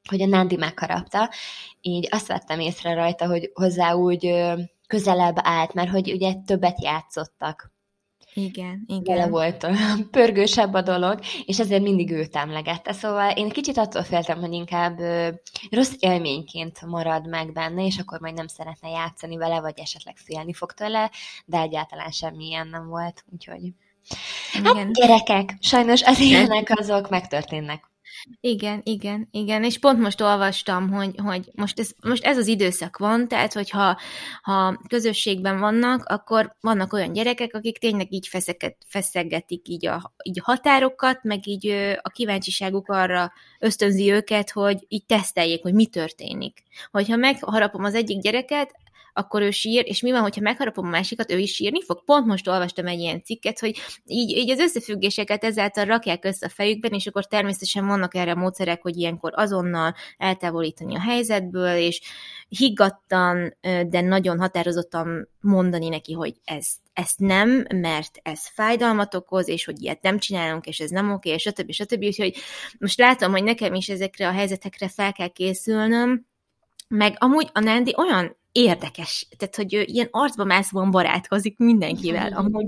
hogy a Nándi megharapta, így azt vettem észre rajta, hogy hozzá úgy közelebb állt, mert hogy ugye többet játszottak.
Igen, igen.
Vele volt pörgősebb a dolog, és ezért mindig őt emlegette. Szóval én kicsit attól féltem, hogy inkább rossz élményként marad meg benne, és akkor majd nem szeretne játszani vele, vagy esetleg félni fog tőle, de egyáltalán semmilyen nem volt, úgyhogy... Igen. Hát gyerekek, sajnos az ilyenek azok megtörténnek.
Igen, igen, igen, és pont most olvastam, hogy, hogy most, ez, most ez az időszak van, tehát hogyha ha közösségben vannak, akkor vannak olyan gyerekek, akik tényleg így feszeket, feszegetik így a, így a határokat, meg így a kíváncsiságuk arra ösztönzi őket, hogy így teszteljék, hogy mi történik. Hogyha megharapom az egyik gyereket, akkor ő sír, és mi van, hogyha megharapom a másikat, ő is sírni fog? Pont most olvastam egy ilyen cikket, hogy így, így az összefüggéseket ezáltal rakják össze a fejükben, és akkor természetesen vannak erre módszerek, hogy ilyenkor azonnal eltávolítani a helyzetből, és higgadtan, de nagyon határozottan mondani neki, hogy ez, ezt nem, mert ez fájdalmat okoz, és hogy ilyet nem csinálunk, és ez nem oké, és stb. stb. Úgyhogy most látom, hogy nekem is ezekre a helyzetekre fel kell készülnöm, meg amúgy a Nándi olyan érdekes, tehát, hogy ő ilyen arcba mászóan barátkozik mindenkivel. Amúgy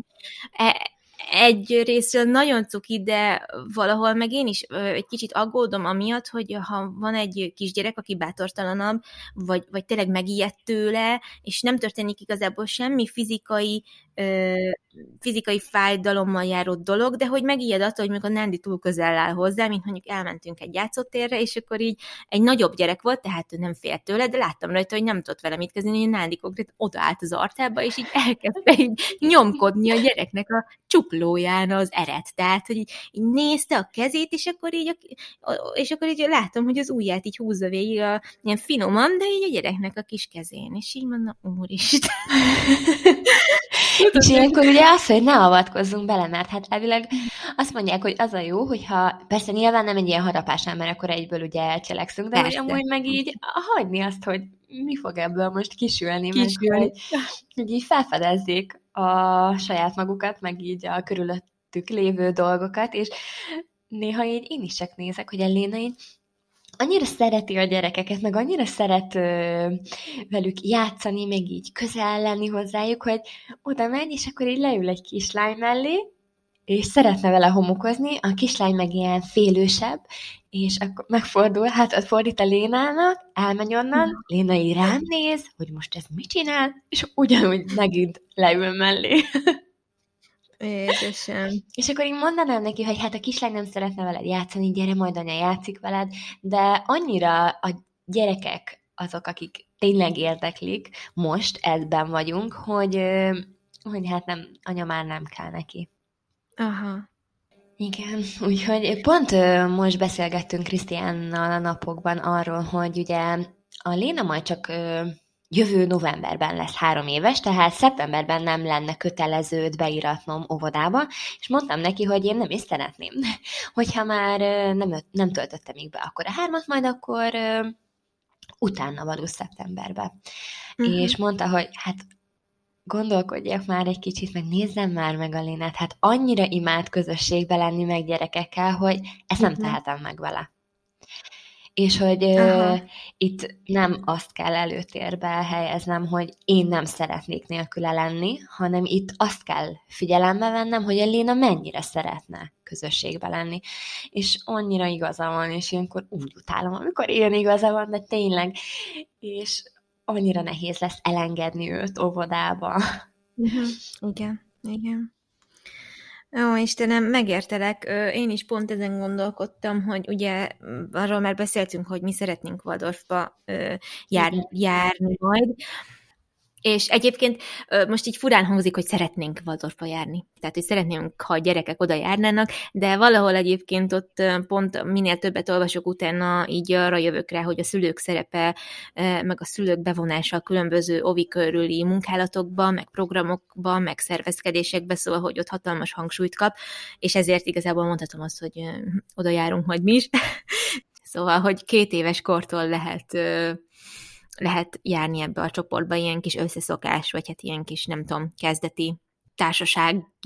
egy részről nagyon cuki, de valahol meg én is egy kicsit aggódom amiatt, hogy ha van egy kisgyerek, aki bátortalanabb, vagy, vagy tényleg megijed tőle, és nem történik igazából semmi fizikai, ö, fizikai fájdalommal járó dolog, de hogy megijed attól, hogy mondjuk a Nándi túl közel áll hozzá, mint mondjuk elmentünk egy játszótérre, és akkor így egy nagyobb gyerek volt, tehát ő nem félt tőle, de láttam rajta, hogy nem tudott vele mit kezdeni, hogy a Nándi konkrét odaállt az arcába, és így elkezdte így nyomkodni a gyereknek a csuklóján az eret. Tehát, hogy így, így nézte a kezét, és akkor így, a, és akkor így látom, hogy az ujját így húzza végig a, ilyen finoman, de így a gyereknek a kis kezén. És így mondom, úristen.
És ilyenkor ugye az, hogy ne avatkozzunk bele, mert hát elvileg azt mondják, hogy az a jó, hogyha persze nyilván nem egy ilyen harapásnál, mert akkor egyből ugye elcselekszünk, de hogy amúgy meg így hagyni azt, hogy mi fog ebből most kisülni, kisülni. Meg, hogy, hogy így felfedezzék a saját magukat, meg így a körülöttük lévő dolgokat, és néha így én is csak nézek, hogy a Léna így annyira szereti a gyerekeket, meg annyira szeret ö, velük játszani, meg így közel lenni hozzájuk, hogy oda megy, és akkor így leül egy kislány mellé, és szeretne vele homokozni, a kislány meg ilyen félősebb, és akkor megfordul, hát fordít a Lénának, elmegy onnan, Léna így rám néz, hogy most ez mit csinál, és ugyanúgy megint leül mellé.
Édesem.
És akkor én mondanám neki, hogy hát a kislány nem szeretne veled játszani, gyere, majd anya játszik veled, de annyira a gyerekek azok, akik tényleg érdeklik, most ebben vagyunk, hogy, hogy hát nem, anya már nem kell neki.
Aha.
Igen, úgyhogy pont most beszélgettünk Krisztiánnal a napokban arról, hogy ugye a Léna majd csak jövő novemberben lesz három éves, tehát szeptemberben nem lenne kötelező őt beiratnom óvodába, és mondtam neki, hogy én nem is szeretném. Hogyha már nem, nem töltöttem még be akkor a hármat, majd akkor utána való szeptemberben. Uh-huh. És mondta, hogy hát gondolkodjak már egy kicsit, meg nézzem már meg a Lénát, hát annyira imád közösségbe lenni meg gyerekekkel, hogy ezt nem uh-huh. tehetem meg vele. És hogy uh, itt nem azt kell előtérbe helyeznem, hogy én nem szeretnék nélküle lenni, hanem itt azt kell figyelembe vennem, hogy a Léna mennyire szeretne közösségbe lenni. És annyira igaza van, és ilyenkor úgy utálom, amikor ilyen igaza van, de tényleg. És annyira nehéz lesz elengedni őt óvodába.
Uh-huh. Igen, igen. Ó, Istenem, megértelek. Én is pont ezen gondolkodtam, hogy ugye arról már beszéltünk, hogy mi szeretnénk Waldorfba jár, járni majd, és egyébként most így furán hangzik, hogy szeretnénk Waldorfba járni. Tehát, hogy szeretnénk, ha a gyerekek oda járnának, de valahol egyébként ott pont minél többet olvasok utána, így arra jövök rá, hogy a szülők szerepe, meg a szülők bevonása a különböző ovi körüli munkálatokba, meg programokba, meg szervezkedésekbe, szóval, hogy ott hatalmas hangsúlyt kap, és ezért igazából mondhatom azt, hogy oda járunk majd mi is. Szóval, hogy két éves kortól lehet... lehet járni ebbe a csoportba, ilyen kis összeszokás, vagy hát ilyen kis, nem tudom, kezdeti társasági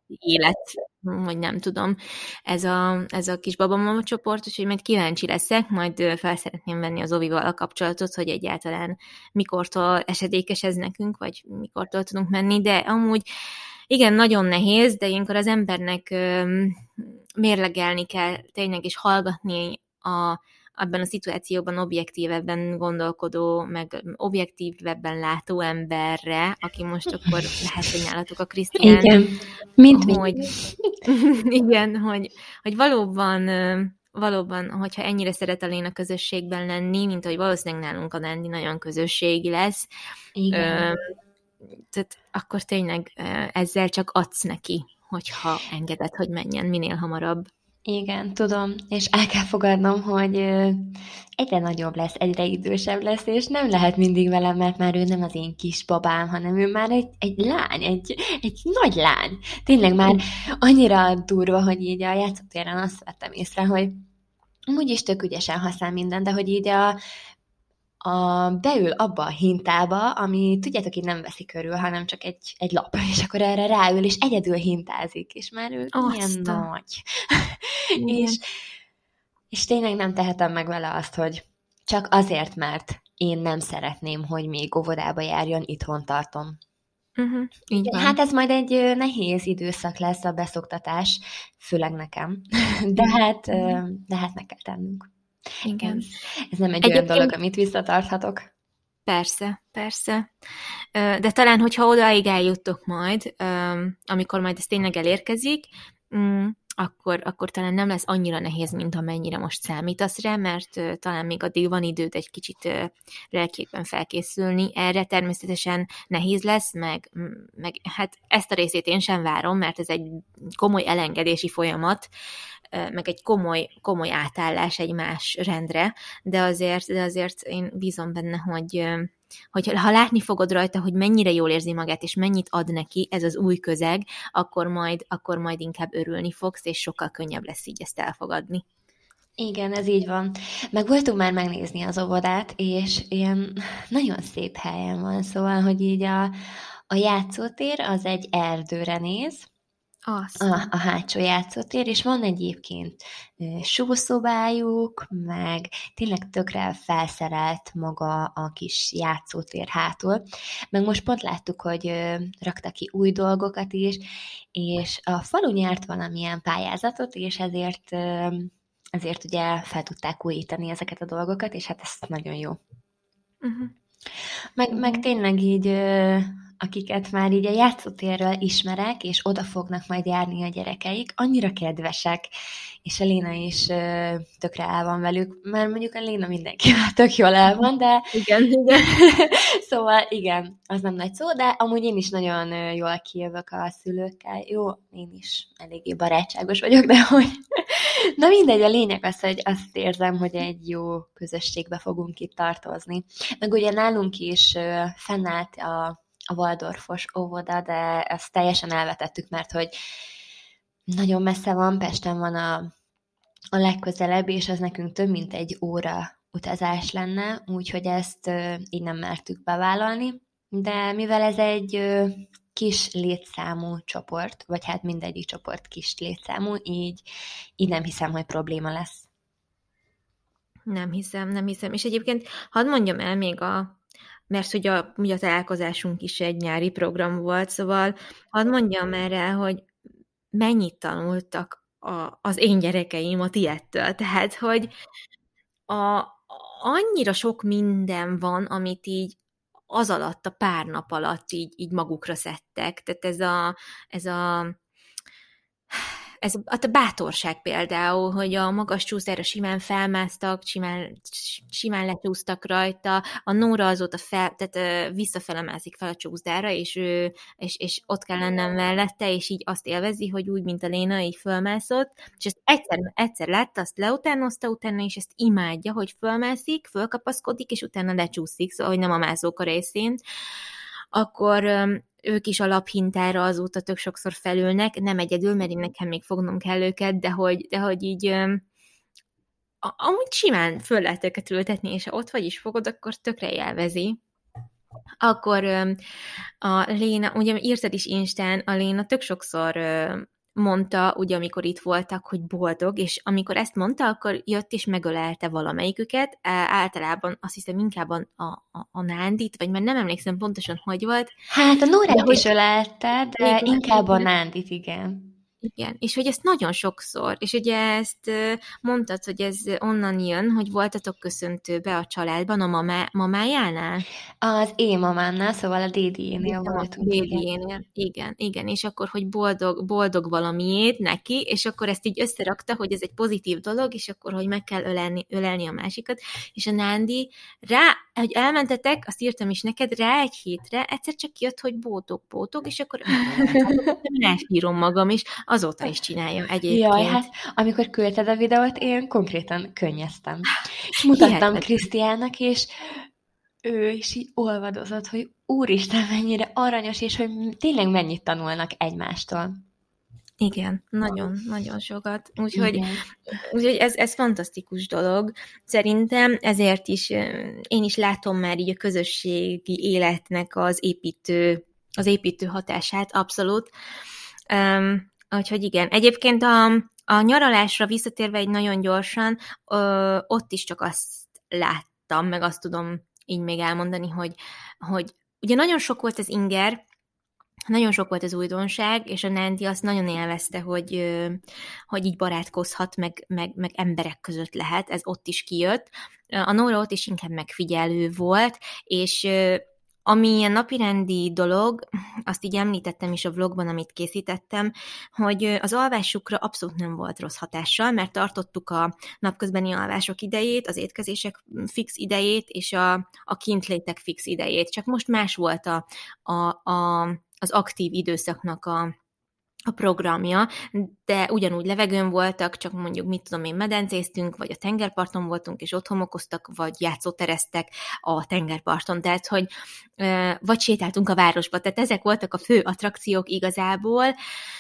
élet, vagy nem tudom, ez a, ez a kis babamama csoport, úgyhogy majd kíváncsi leszek, majd fel szeretném venni az Ovival a kapcsolatot, hogy egyáltalán mikortól esedékes ez nekünk, vagy mikortól tudunk menni, de amúgy igen, nagyon nehéz, de ilyenkor az embernek öm, mérlegelni kell tényleg, és hallgatni a abban a szituációban objektívebben gondolkodó, meg objektívebben látó emberre, aki most akkor lehet, hogy nálatok a Krisztián.
Igen, mint
hogy, igen, hogy, hogy valóban, valóban, hogyha ennyire szeret a Léna közösségben lenni, mint hogy valószínűleg nálunk a Nandi nagyon közösségi lesz,
igen.
Ö, tehát akkor tényleg ezzel csak adsz neki, hogyha engeded, hogy menjen minél hamarabb.
Igen, tudom, és el kell fogadnom, hogy egyre nagyobb lesz, egyre idősebb lesz, és nem lehet mindig velem, mert már ő nem az én kis babám, hanem ő már egy, egy lány, egy, egy nagy lány. Tényleg már annyira durva, hogy így a játszótéren azt vettem észre, hogy úgyis tök ügyesen használ minden, de hogy így a a, beül abba a hintába, ami tudjátok, így nem veszi körül, hanem csak egy, egy lap, és akkor erre ráül, és egyedül hintázik, és már ő
Azt
ilyen
a...
nagy. és, és tényleg nem tehetem meg vele azt, hogy csak azért, mert én nem szeretném, hogy még óvodába járjon, itthon tartom.
Uh-huh, így van.
Hát ez majd egy nehéz időszak lesz a beszoktatás, főleg nekem, de hát, de hát meg kell tennünk.
Igen.
Ez, ez nem egy
Egyébként...
olyan dolog, amit visszatarthatok.
Persze, persze. De talán, hogyha odáig eljuttok majd, amikor majd ez tényleg elérkezik, akkor, akkor talán nem lesz annyira nehéz, mint amennyire most számítasz rá, mert talán még addig van időd egy kicsit lelkékben felkészülni. Erre természetesen nehéz lesz, meg, meg hát ezt a részét én sem várom, mert ez egy komoly elengedési folyamat, meg egy komoly, komoly átállás egy más rendre, de azért, de azért én bízom benne, hogy, hogy ha látni fogod rajta, hogy mennyire jól érzi magát, és mennyit ad neki ez az új közeg, akkor majd, akkor majd inkább örülni fogsz, és sokkal könnyebb lesz így ezt elfogadni.
Igen, ez így van. Meg voltunk már megnézni az óvodát, és ilyen nagyon szép helyen van, szóval, hogy így a, a játszótér az egy erdőre néz, A, a hátsó játszótér, és van egyébként súszobájuk, meg tényleg tökre felszerelt maga a kis játszótér hátul. Meg most pont láttuk, hogy raktak ki új dolgokat is, és a falu nyert valamilyen pályázatot, és ezért, ezért ugye fel tudták újítani ezeket a dolgokat, és hát ez nagyon jó. Uh-huh. Meg, meg tényleg így... akiket már így a játszótérről ismerek, és oda fognak majd járni a gyerekeik, annyira kedvesek, és a Léna is ö, tökre el van velük, mert mondjuk a Léna mindenkivel tök jól el van, de...
Igen, igen.
Szóval igen, az nem nagy szó, de amúgy én is nagyon jól kijövök a szülőkkel. Jó, én is eléggé barátságos vagyok, de hogy... Na mindegy, a lényeg az, hogy azt érzem, hogy egy jó közösségbe fogunk itt tartozni. Meg ugye nálunk is ö, fennállt a a Waldorfos óvoda, de ezt teljesen elvetettük, mert hogy nagyon messze van, Pesten van a, a legközelebb, és az nekünk több mint egy óra utazás lenne, úgyhogy ezt uh, így nem mertük bevállalni, de mivel ez egy uh, kis létszámú csoport, vagy hát mindegyik csoport kis létszámú, így, így nem hiszem, hogy probléma lesz.
Nem hiszem, nem hiszem. És egyébként hadd mondjam el még a mert hogy a, ugye a találkozásunk is egy nyári program volt, szóval hadd mondjam erre, hogy mennyit tanultak a, az én gyerekeim a tiettől. Tehát, hogy a, annyira sok minden van, amit így az alatt, a pár nap alatt így, így magukra szedtek. Tehát ez a, ez a Ez a bátorság például, hogy a magas csúszára simán felmásztak, simán, simán lecsúsztak rajta, a Nóra azóta fel, tehát visszafele mászik fel a csúszdára, és, és, és ott kell lennem mellette, és így azt élvezi, hogy úgy, mint a Léna, így fölmászott, és ezt egyszer, egyszer látta, azt leutánozta utána, és ezt imádja, hogy fölmászik, fölkapaszkodik, és utána lecsúszik, szóval, hogy nem a mászók a részén, akkor ők is a laphintára azóta tök sokszor felülnek, nem egyedül, mert én nekem még fognom kell őket, de hogy, de hogy így amúgy simán föl lehet őket ültetni, és ha ott vagy is fogod, akkor tökre élvezi. akkor a Léna, ugye írtad is Instán, a Léna tök sokszor mondta, ugye amikor itt voltak, hogy boldog, és amikor ezt mondta, akkor jött és megölelte valamelyiküket, általában azt hiszem inkább a, a, a Nándit, vagy már nem emlékszem pontosan, hogy volt.
Hát a Nórát is ölelte, de
igen,
inkább
igen.
a Nándit, igen.
Igen, és hogy ezt nagyon sokszor, és ugye ezt mondtad, hogy ez onnan jön, hogy voltatok köszöntőbe a családban, a mamá, mamájánál?
Az én mamámnál, szóval a dédiénél voltunk.
Dédiénél, igen, igen, és akkor, hogy boldog, boldog valamiét neki, és akkor ezt így összerakta, hogy ez egy pozitív dolog, és akkor, hogy meg kell ölelni, ölelni a másikat, és a Nándi rá, hogy elmentetek, azt írtam is neked, rá egy hétre, egyszer csak jött, hogy boldog, boldog, és akkor elhírom magam, és azóta is csinálja egyébként.
Jaj, hát amikor küldted a videót, én konkrétan könnyeztem. Mutattam Krisztiának, és ő is így olvadozott, hogy úristen, mennyire aranyos, és hogy tényleg mennyit tanulnak egymástól.
Igen, nagyon, nagyon sokat. Úgyhogy, úgyhogy ez, ez fantasztikus dolog. Szerintem ezért is én is látom már így a közösségi életnek az építő, az építő hatását, abszolút. Um, úgyhogy igen. Egyébként a, a nyaralásra visszatérve egy nagyon gyorsan, ö, ott is csak azt láttam, meg azt tudom így még elmondani, hogy, hogy ugye nagyon sok volt az inger, nagyon sok volt az újdonság, és a Nándi azt nagyon élvezte, hogy, hogy így barátkozhat, meg, meg, meg emberek között lehet, ez ott is kijött. A Nóra ott is inkább megfigyelő volt, és ami ilyen napirendi dolog, azt így említettem is a vlogban, amit készítettem, hogy az alvásukra abszolút nem volt rossz hatással, mert tartottuk a napközbeni alvások idejét, az étkezések fix idejét, és a, a kintlétek fix idejét. Csak most más volt a, a, a, az aktív időszaknak a, a programja, de ugyanúgy levegőn voltak, csak mondjuk mit tudom én, medencéztünk, vagy a tengerparton voltunk, és ott homokoztak, vagy játszótereztek a tengerparton, tehát, hogy vagy sétáltunk a városba, tehát ezek voltak a fő attrakciók igazából,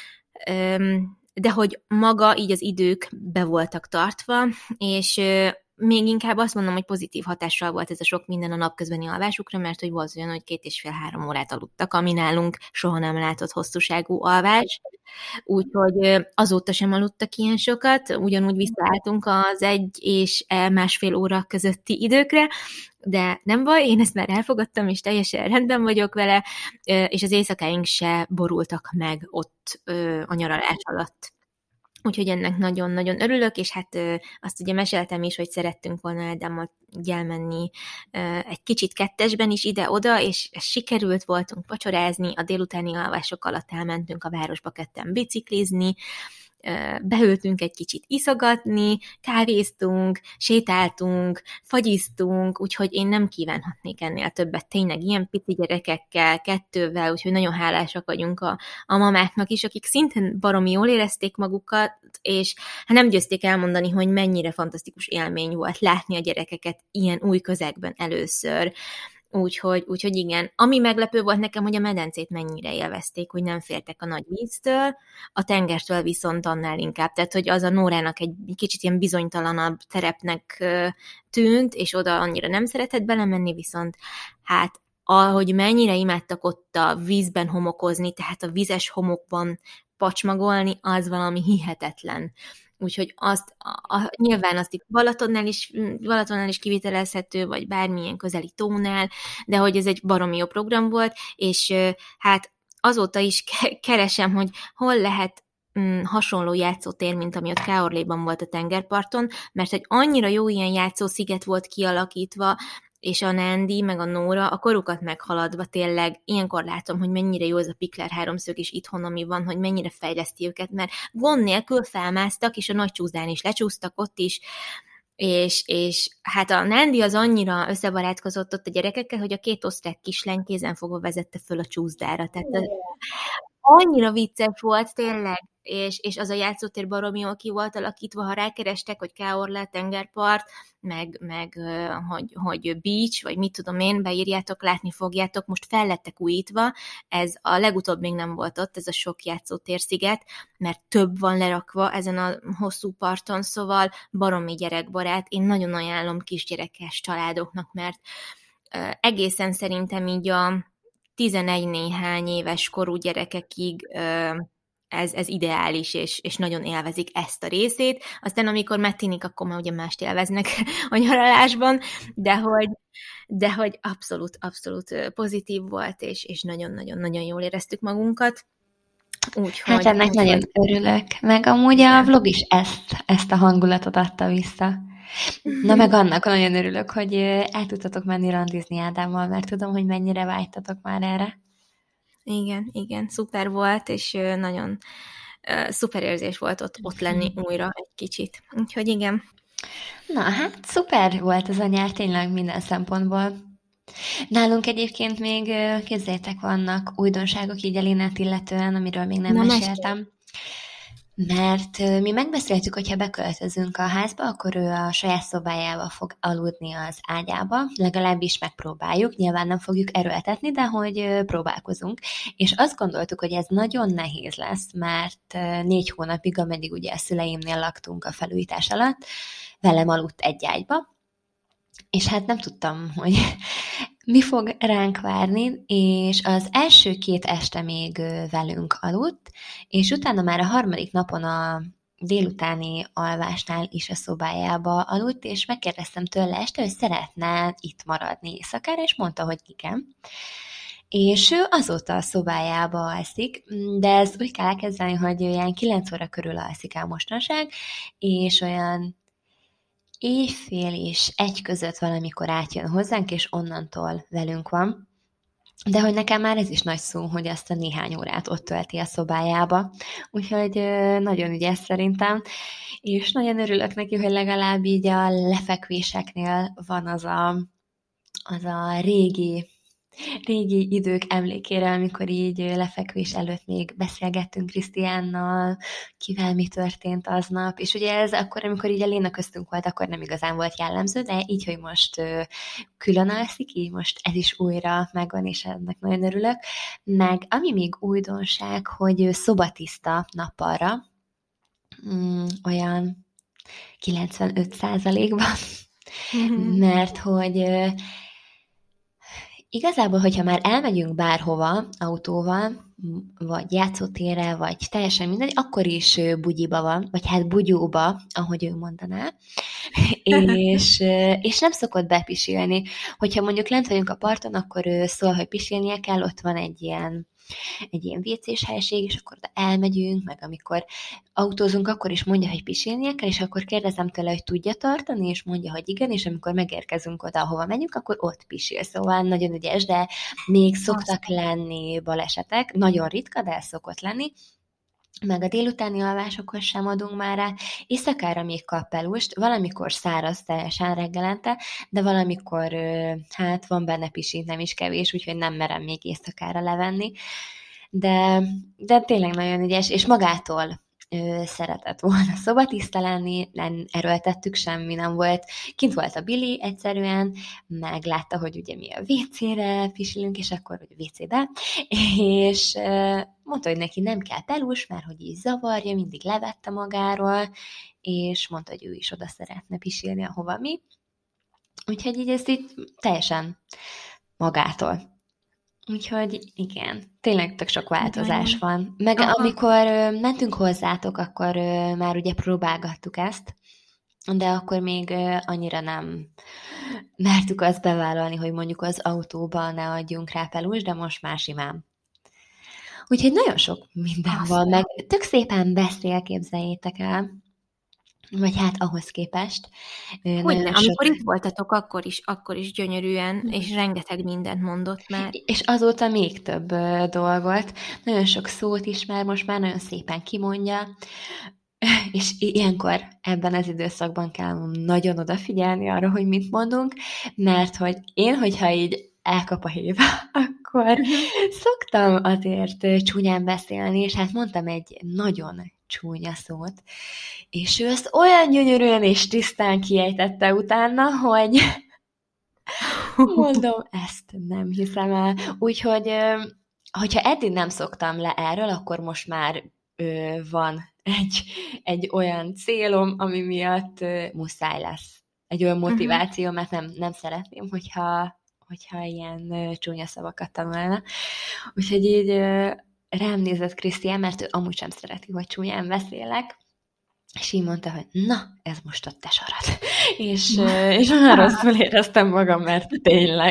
de hogy maga így az idők be voltak tartva, és még inkább azt mondom, hogy pozitív hatással volt ez a sok minden a napközbeni alvásukra, mert hogy volt olyan, hogy két és fél három órát aludtak, ami nálunk soha nem látott hosszúságú alvás, úgyhogy azóta sem aludtak ilyen sokat, ugyanúgy visszaálltunk az egy és másfél óra közötti időkre, de nem baj, én ezt már elfogadtam, és teljesen rendben vagyok vele, és az éjszakáink se borultak meg ott a nyaralás alatt. Úgyhogy ennek nagyon-nagyon örülök, és hát ö, azt ugye meséltem is, hogy szerettünk volna Ádámmal elmenni ö, egy kicsit kettesben is ide-oda, és sikerült, voltunk vacsorázni, a délutáni alvások alatt elmentünk a városba ketten biciklizni, beültünk egy kicsit iszogatni, kávéztunk, sétáltunk, fagyiztunk, úgyhogy én nem kívánhatnék ennél többet tényleg ilyen pici gyerekekkel, kettővel, úgyhogy nagyon hálásak vagyunk a, a mamáknak is, akik szintén baromi jól érezték magukat, és hát nem győzték elmondani, hogy mennyire fantasztikus élmény volt látni a gyerekeket ilyen új közegben először. Úgyhogy, úgyhogy igen. Ami meglepő volt nekem, hogy a medencét mennyire élvezték, hogy nem féltek a nagy víztől, a tengertől viszont annál inkább. Tehát, hogy az a Nórának egy kicsit ilyen bizonytalanabb terepnek tűnt, és oda annyira nem szeretett belemenni, viszont hát ahogy mennyire imádtak ott a vízben homokozni, tehát a vizes homokban pacsmagolni, az valami hihetetlen. Úgyhogy azt, a, a, nyilván azt itt Balatonnál is, Balatonnál is kivitelezhető, vagy bármilyen közeli tónál, de hogy ez egy baromi jó program volt, és hát azóta is ke- keresem, hogy hol lehet mm, hasonló játszótér, mint ami ott Káorléban volt a tengerparton, mert egy annyira jó ilyen játszósziget volt kialakítva, és a Nándi, meg a Nóra a korukat meghaladva tényleg, ilyenkor látom, hogy mennyire jó ez a Pikler háromszög is itthon, ami van, hogy mennyire fejleszti őket, mert gond nélkül felmásztak, és a nagy csúszdán is lecsúsztak ott is, és, és hát a Nándi az annyira összebarátkozott ott a gyerekekkel, hogy a két osztrák kislány kézen fogva vezette föl a csúszdára, tehát az, annyira vicces volt tényleg, és, és az a játszótér baromi jól ki volt alakítva, ha rákerestek, hogy Káorle, tengerpart, meg, meg hogy, hogy beach, vagy mit tudom én, beírjátok, látni fogjátok, most fel lettek újítva, ez a legutóbb még nem volt ott, ez a sok játszótérsziget, mert több van lerakva ezen a hosszú parton, szóval baromi gyerekbarát, én nagyon ajánlom kisgyerekes családoknak, mert egészen szerintem így a tizenegy néhány éves korú gyerekekig ez, ez ideális, és, és nagyon élvezik ezt a részét. Aztán amikor megtinik, akkor már ugye mást élveznek a nyaralásban, de hogy, de hogy abszolút, abszolút pozitív volt, és, és nagyon-nagyon-nagyon jól éreztük magunkat.
Úgy, hát hogy, ennek úgy, nagyon hogy... örülök, meg amúgy a vlog is ezt, ezt a hangulatot adta vissza. Na meg annak nagyon örülök, hogy el tudtatok menni randizni Ádámmal, mert tudom, hogy mennyire vágytatok már erre.
Igen, igen, szuper volt, és nagyon uh, szuper érzés volt ott, ott lenni újra egy kicsit. Úgyhogy igen.
Na hát, szuper volt az a nyár tényleg minden szempontból. Nálunk egyébként még, képzeljétek, vannak újdonságok így Elinát illetően, amiről még nem Na, meséltem. Mesélj. Mert mi megbeszéltük, hogyha beköltözünk a házba, akkor ő a saját szobájába fog aludni az ágyába, legalábbis megpróbáljuk, nyilván nem fogjuk erőltetni, de hogy próbálkozunk. És azt gondoltuk, hogy ez nagyon nehéz lesz, mert négy hónapig, ameddig ugye a szüleimnél laktunk a felújítás alatt, velem aludt egy ágyba, és hát nem tudtam, hogy mi fog ránk várni, és az első két este még velünk aludt, és utána már a harmadik napon a délutáni alvásnál is a szobájába aludt, és megkérdeztem tőle este, hogy szeretne itt maradni éjszakára, és mondta, hogy igen. És ő azóta a szobájába alszik, de ez úgy kell elkezdeni, hogy olyan kilenc óra körül alszik el mostanság, és olyan éjfél és egy között valamikor átjön hozzánk, és onnantól velünk van. De hogy nekem már ez is nagy szó, hogy azt a néhány órát ott tölti a szobájába. Úgyhogy nagyon ügyes szerintem. És nagyon örülök neki, hogy legalább így a lefekvéseknél van az a, az a régi, régi idők emlékére, amikor így lefekvés előtt még beszélgettünk Krisztiánnal, kivel mi történt aznap, és ugye ez akkor, amikor így a Léna köztünk volt, akkor nem igazán volt jellemző, de így, hogy most külön alszik, így most ez is újra megvan, és ennek nagyon örülök. Meg ami még újdonság, hogy szobatiszta nappalra, mm, olyan kilencvenöt százalékban, mm-hmm. mert hogy igazából, hogyha már elmegyünk bárhova autóval, vagy játszótérre, vagy teljesen mindegy, akkor is bugyiba van, vagy hát bugyóba, ahogy ő mondaná, és, és nem szokott bepisilni. Hogyha mondjuk lent vagyunk a parton, akkor ő szól, hogy pisilnie kell, ott van egy ilyen egy ilyen vécés helység, és akkor elmegyünk, meg amikor autózunk, akkor is mondja, hogy pisilnie kell, és akkor kérdezem tőle, hogy tudja tartani, és mondja, hogy igen, és amikor megérkezünk oda, ahova megyünk, akkor ott pisil. Szóval nagyon ügyes, de még szoktak lenni balesetek, nagyon ritka, de szokott lenni, meg a délutáni alvásokhoz sem adunk már rá, éjszakára még kap pelust, valamikor száraz teljesen reggelente, de valamikor hát van benne pisit, nem is kevés, úgyhogy nem merem még éjszakára levenni, de, de tényleg nagyon ügyes, és magától ő szeretett volna szobatiszta lenni, nem erőltettük, semmi nem volt. Kint volt a Billy egyszerűen, meglátta, hogy ugye mi a vécére pisilünk, és akkor, hogy a vécébe, és mondta, hogy neki nem kell pelus, mert hogy így zavarja, mindig levette magáról, és mondta, hogy ő is oda szeretne pisilni, ahova mi. Úgyhogy így ezt így teljesen magától. Úgyhogy igen, tényleg tök sok változás van. Meg Aha. amikor ö, mentünk hozzátok, akkor ö, már ugye próbálgattuk ezt, de akkor még ö, annyira nem mertük azt bevállalni, hogy mondjuk az autóba ne adjunk rá pelus, de most már simán. Úgyhogy nagyon sok minden Azt van, meg tök szépen beszél, képzeljétek el. Vagy hát ahhoz képest.
Hogyne, amikor sok... itt voltatok, akkor is, akkor is gyönyörűen, és rengeteg mindent mondott már.
És azóta még több dolgot. Nagyon sok szót ismer, most már nagyon szépen kimondja, és ilyenkor ebben az időszakban kell nagyon odafigyelni arra, hogy mit mondunk, mert hogy én, hogyha így elkap a hív, akkor szoktam azért csúnyán beszélni, és hát mondtam egy nagyon csúnya szót, és ő ezt olyan gyönyörűen és tisztán kiejtette utána, hogy mondom, ezt nem hiszem el. Úgyhogy, hogyha eddig nem szoktam le erről, akkor most már van egy, egy olyan célom, ami miatt muszáj lesz. Egy olyan motiváció, mert nem, nem szeretném, hogyha hogyha ilyen ö, csúnya szavakat tanulna. Úgyhogy így ö, rám nézett Krisztián, mert ő amúgy sem szereti, hogy csúnyán beszélek, és így mondta, hogy na, ez most a te sarad. és, ö, és olyan rosszul éreztem magam, mert tényleg.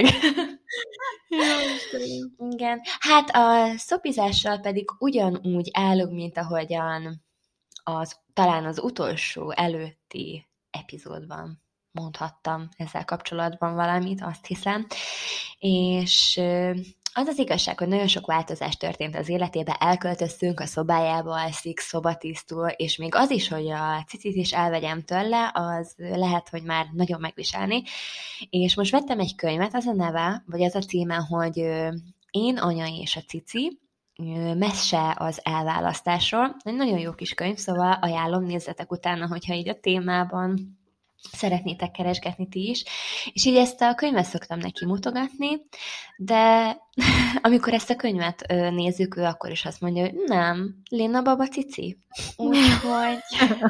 Igen. Hát a szopizással pedig ugyanúgy állok, mint ahogyan az, talán az utolsó előtti epizódban mondhattam ezzel kapcsolatban valamit, azt hiszem. És az az igazság, hogy nagyon sok változás történt az életében, elköltöztünk, a szobájába alszik, szobatisztul, és még az is, hogy a cicit is elvegyem tőle, az lehet, hogy már nagyon megviselni. És most vettem egy könyvet, az a neve, vagy az a címe, hogy Én, anya és a cici, mese az elválasztásról. Egy nagyon jó kis könyv, szóval ajánlom, nézzetek utána, hogyha így a témában szeretnétek keresgetni ti is. És így ezt a könyvet szoktam neki mutogatni, de amikor ezt a könyvet nézzük, ő akkor is azt mondja, hogy nem, Léna baba cici. Úgyhogy...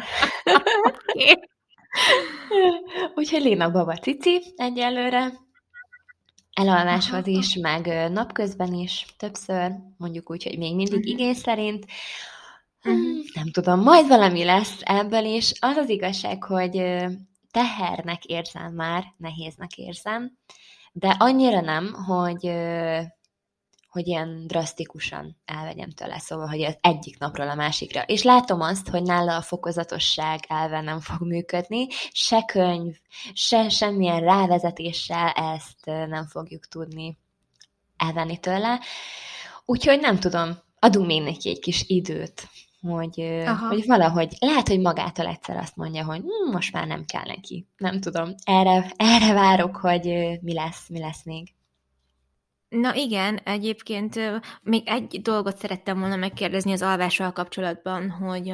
Úgyhogy Léna baba cici egyelőre. Elalváshoz is, meg napközben is többször, mondjuk úgy, hogy még mindig igény szerint. Hmm, nem tudom, majd valami lesz ebből is. Az az igazság, hogy tehernek érzem már, nehéznek érzem, de annyira nem, hogy, hogy ilyen drasztikusan elvegyem tőle, szóval, hogy az egyik napról a másikra. És látom azt, hogy nála a fokozatosság elve nem fog működni, se könyv, se semmilyen rávezetéssel ezt nem fogjuk tudni elvenni tőle. Úgyhogy nem tudom, adunk még neki egy kis időt, hogy, hogy valahogy, lehet, hogy magától egyszer azt mondja, hogy hm, most már nem kell neki. Nem tudom, erre, erre várok, hogy mi lesz, mi lesz még.
Na igen, egyébként még egy dolgot szerettem volna megkérdezni az alvással kapcsolatban, hogy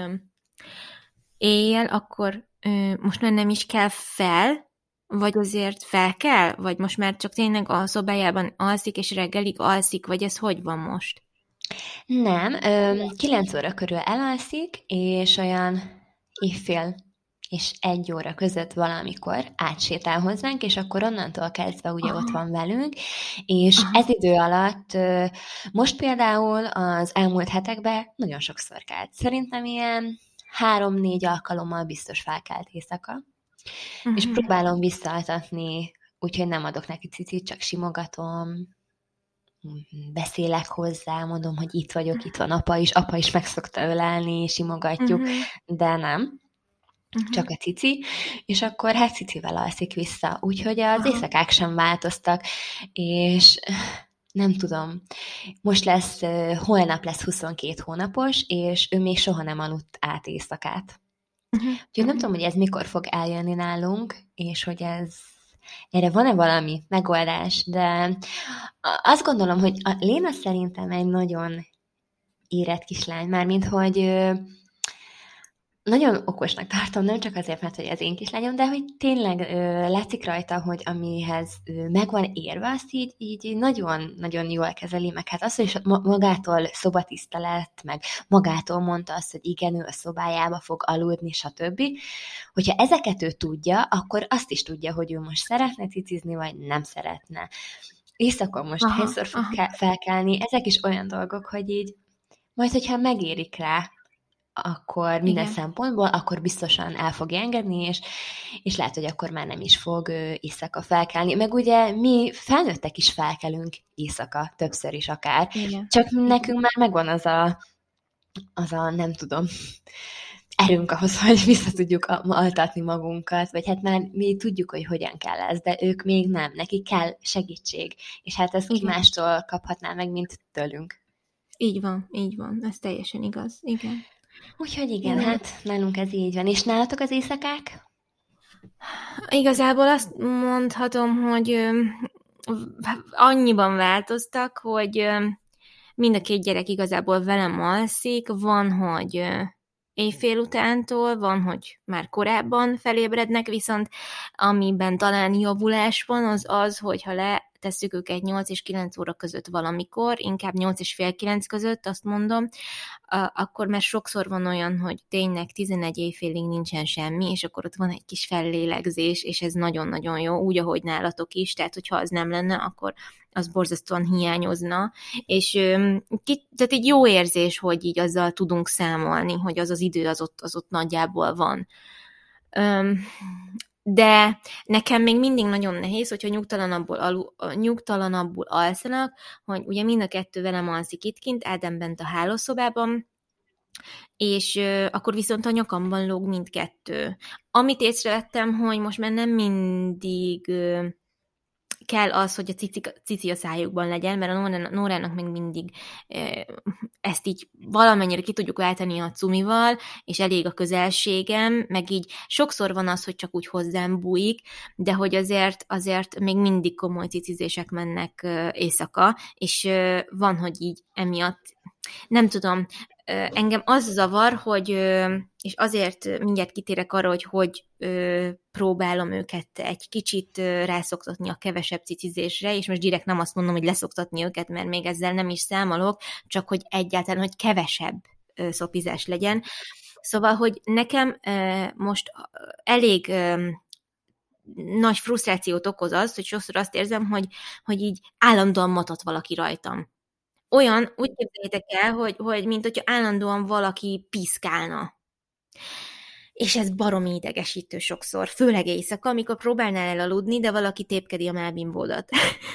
éjjel akkor most már nem is kell fel, vagy azért fel kell? Vagy most már csak tényleg a szobájában alszik, és reggelig alszik, vagy ez hogy van most?
Nem, kilenc óra körül elalszik, és olyan éjfél és egy óra között valamikor átsétál hozzánk, és akkor onnantól kezdve ugye Aha. ott van velünk, és Aha. ez idő alatt most például az elmúlt hetekben nagyon sokszor kelt. Szerintem ilyen három-négy alkalommal biztos felkelt éjszaka, uh-huh. és próbálom visszaaltatni, úgyhogy nem adok neki cicit, csak simogatom, beszélek hozzá, mondom, hogy itt vagyok, itt van apa is, apa is meg szokta ölelni, simogatjuk, uh-huh. de nem. Uh-huh. Csak a cici, és akkor hát cicivel alszik vissza. Úgyhogy az uh-huh. éjszakák sem változtak, és nem tudom, most lesz, holnap lesz huszonkét hónapos, és ő még soha nem aludt át éjszakát. Uh-huh. Úgyhogy nem tudom, hogy ez mikor fog eljönni nálunk, és hogy ez erre van-e valami megoldás, de azt gondolom, hogy a Léna szerintem egy nagyon érett kislány, mármint, hogy nagyon okosnak tartom, nem csak azért, mert hogy az én kislányom, de hogy tényleg ö, látszik rajta, hogy amihez ö, megvan érve, azt így, így nagyon-nagyon jól kezeli, meg hát az, hogy magától szobatisztelet, meg magától mondta azt, hogy igen, ő a szobájába fog aludni, stb. Hogyha ezeket ő tudja, akkor azt is tudja, hogy ő most szeretne cicizni, vagy nem szeretne. Éjszakon most aha, hányszor fog aha. felkelni, ezek is olyan dolgok, hogy így majd, hogyha megérik rá, akkor minden Igen. szempontból, akkor biztosan el fogja engedni, és, és lehet, hogy akkor már nem is fog éjszaka felkelni. Meg ugye mi felnőttek is felkelünk éjszaka, többször is akár. Igen. Csak nekünk már megvan az a, az a, nem tudom, erőnk ahhoz, hogy vissza tudjuk altatni magunkat, vagy hát már mi tudjuk, hogy hogyan kell ez, de ők még nem, nekik kell segítség. És hát ezt ki mástól kaphatná meg, mint tőlünk.
Így van, így van, ez teljesen igaz, igen.
Úgyhogy igen, igen, hát nálunk ez így van. És nálatok az éjszakák?
Igazából azt mondhatom, hogy ö, annyiban változtak, hogy ö, mind a két gyerek igazából velem alszik. Van, hogy ö, éjfél utántól, van, hogy már korábban felébrednek, viszont amiben talán javulás van, az az, hogyha le tesszük őket nyolc és kilenc óra között valamikor, inkább nyolc és fél kilenc között, azt mondom, akkor már sokszor van olyan, hogy tényleg tizenegy éjfélig nincsen semmi, és akkor ott van egy kis fellélegzés, és ez nagyon-nagyon jó, úgy, ahogy nálatok is, tehát hogyha az nem lenne, akkor az borzasztóan hiányozna, és ki, tehát egy jó érzés, hogy így azzal tudunk számolni, hogy az az idő az ott, az ott nagyjából van. De nekem még mindig nagyon nehéz, hogyha nyugtalanabbul, alu, nyugtalanabbul alszanak, hogy ugye mind a kettő velem alszik itt kint, Ádám bent a hálószobában, és euh, akkor viszont a nyakamban lóg mindkettő. Amit észrevettem, hogy most már nem mindig euh, kell az, hogy a cici, cici a szájukban legyen, mert a Nórának meg mindig euh, ezt így valamennyire ki tudjuk váltani a cumival, és elég a közelségem, meg így sokszor van az, hogy csak úgy hozzám bújik, de hogy azért, azért még mindig komoly cicizések mennek euh, éjszaka, és euh, van, hogy így emiatt, nem tudom, engem az zavar, hogy, és azért mindjárt kitérek arra, hogy hogy próbálom őket egy kicsit rászoktatni a kevesebb cicizésre, és most direkt nem azt mondom, hogy leszoktatni őket, mert még ezzel nem is számolok, csak hogy egyáltalán, hogy kevesebb szopizás legyen. Szóval, hogy nekem most elég nagy frusztrációt okoz az, hogy sokszor azt érzem, hogy, hogy így állandóan matat valaki rajtam. Olyan, úgy képzeljétek el, hogy, hogy mint hogyha állandóan valaki piszkálna. És ez baromi idegesítő sokszor, főleg éjszaka, amikor próbálnál elaludni, de valaki tépkedi a melbimbódat.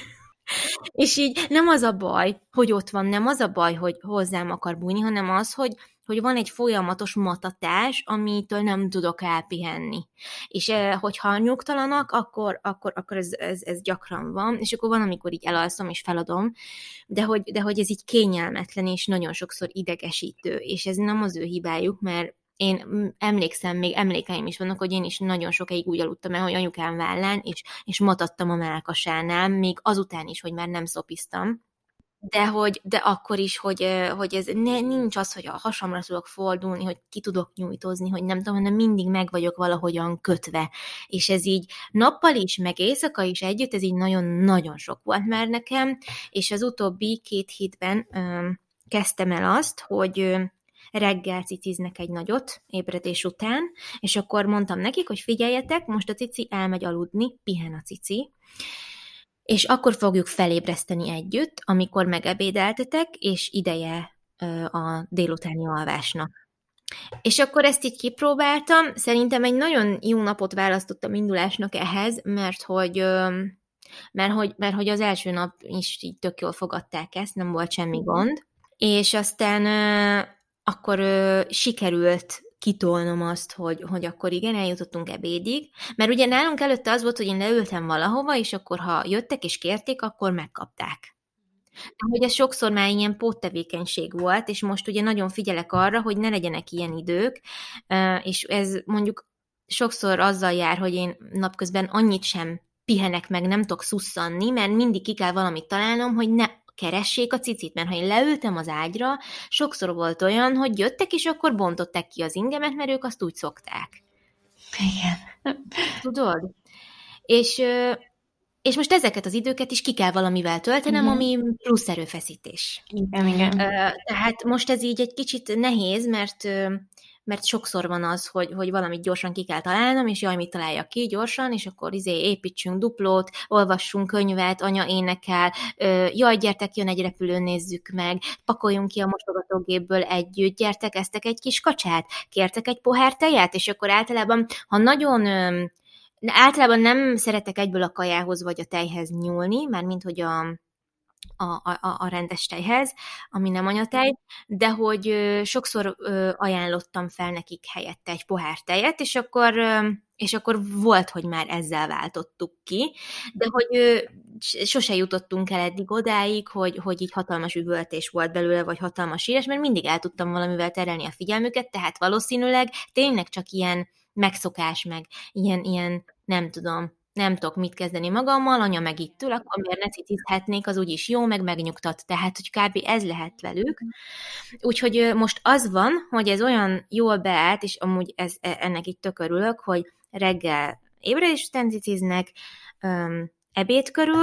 És így nem az a baj, hogy ott van, nem az a baj, hogy hozzám akar bújni, hanem az, hogy, hogy van egy folyamatos matatás, amitől nem tudok elpihenni. És hogyha nyugtalanak, akkor, akkor, akkor ez, ez, ez gyakran van, és akkor van, amikor így elalszom és feladom, de hogy, de hogy ez így kényelmetlen, és nagyon sokszor idegesítő, és ez nem az ő hibájuk, mert én emlékszem, még emlékeim is vannak, hogy én is nagyon sokáig úgy aludtam el, hogy anyukám vállán, és, és matattam a mellkasánál, még azután is, hogy már nem szopiztam. De, hogy, de akkor is, hogy, hogy ez ne, nincs az, hogy a hasamra tudok fordulni, hogy ki tudok nyújtózni, hogy nem tudom, hanem mindig meg vagyok valahogyan kötve. És ez így nappal is, meg éjszaka is együtt, ez így nagyon-nagyon sok volt már nekem, és az utóbbi két hétben öm, kezdtem el azt, hogy reggel ciciznek egy nagyot, ébredés után, és akkor mondtam nekik, hogy figyeljetek, most a cici elmegy aludni, pihen a cici, és akkor fogjuk felébreszteni együtt, amikor megebédeltetek, és ideje a délutáni alvásnak. És akkor ezt így kipróbáltam, szerintem egy nagyon jó napot választottam indulásnak ehhez, mert hogy, mert hogy, mert hogy az első nap is így tök jól fogadták ezt, nem volt semmi gond, és aztán akkor ö, sikerült kitolnom azt, hogy, hogy akkor igen, eljutottunk ebédig, mert ugye nálunk előtte az volt, hogy én leültem valahova, és akkor ha jöttek és kérték, akkor megkapták. De hogy ez sokszor már ilyen póttevékenység volt, és most ugye nagyon figyelek arra, hogy ne legyenek ilyen idők, és ez mondjuk sokszor azzal jár, hogy én napközben annyit sem pihenek meg, nem tudok szusszanni, mert mindig ki kell valamit találnom, hogy ne keressék a cicit, mert ha én leültem az ágyra, sokszor volt olyan, hogy jöttek, és akkor bontották ki az ingemet, mert ők azt úgy szokták.
Igen.
Tudod? És, és most ezeket az időket is ki kell valamivel töltenem, uh-huh. ami plusz erőfeszítés.
Igen, igen.
Tehát most ez így egy kicsit nehéz, mert mert sokszor van az, hogy, hogy valamit gyorsan ki kell találnom, és jaj, mit találjak ki gyorsan, és akkor izé építsünk duplót, olvassunk könyvet, anya énekel, jaj, gyertek, jön egy repülő, nézzük meg, pakoljunk ki a mosogatógépből együtt, gyertek, esztek egy kis kacsát, kértek egy pohár tejet, és akkor általában, ha nagyon... Általában nem szeretek egyből a kajához vagy a tejhez nyúlni, mármint hogy a A, a, a rendes tejhez, ami nem anyatej, de hogy ö, sokszor ö, ajánlottam fel nekik helyette egy pohár tejet, és akkor, ö, és akkor volt, hogy már ezzel váltottuk ki, de hogy ö, sose jutottunk el eddig odáig, hogy, hogy így hatalmas üvöltés volt belőle, vagy hatalmas sírás, mert mindig el tudtam valamivel terelni a figyelmüket, tehát valószínűleg tényleg csak ilyen megszokás, meg ilyen, ilyen nem tudom, nem tudok mit kezdeni magammal, anya meg itt ül, akkor miért ne cicizhetnék, az úgyis jó, meg megnyugtat. Tehát, hogy kb. Ez lehet velük. Úgyhogy most az van, hogy ez olyan jól beállt, és amúgy ez, ennek itt tök örülök, hogy reggel ébredés után ciciznek, um, ebéd körül,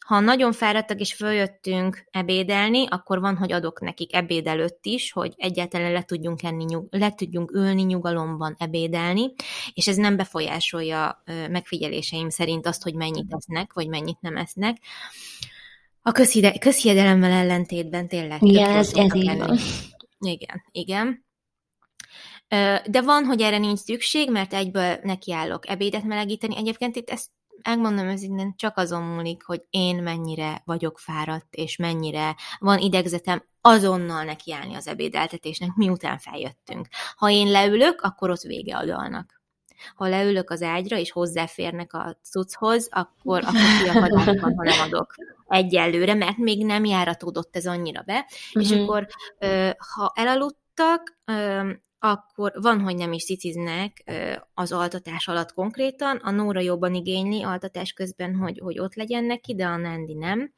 ha nagyon fáradtak és följöttünk ebédelni, akkor van, hogy adok nekik ebéd előtt is, hogy egyáltalán le tudjunk, enni, nyug, le tudjunk ülni nyugalomban ebédelni, és ez nem befolyásolja megfigyeléseim szerint azt, hogy mennyit esznek, vagy mennyit nem esznek. A közhide, közhiedelemmel ellentétben tényleg
igen, ez, ez így van.
Igen, igen. De van, hogy erre nincs szükség, mert egyből nekiállok ebédet melegíteni. Egyébként itt ezt megmondom, ez innen csak azon múlik, hogy én mennyire vagyok fáradt, és mennyire van idegzetem azonnal nekiállni az ebédeltetésnek, miután feljöttünk. Ha én leülök, akkor ott vége a dalnak. Ha leülök az ágyra, és hozzáférnek a cucchoz, akkor, akkor kiakadás van, ha nem adok egyelőre, mert még nem járatódott ez annyira be. Uh-huh. És akkor, ha elaludtak, akkor van, hogy nem is ciciznek az altatás alatt konkrétan. A Nóra jobban igényli altatás közben, hogy, hogy ott legyen neki, de a Nandi nem.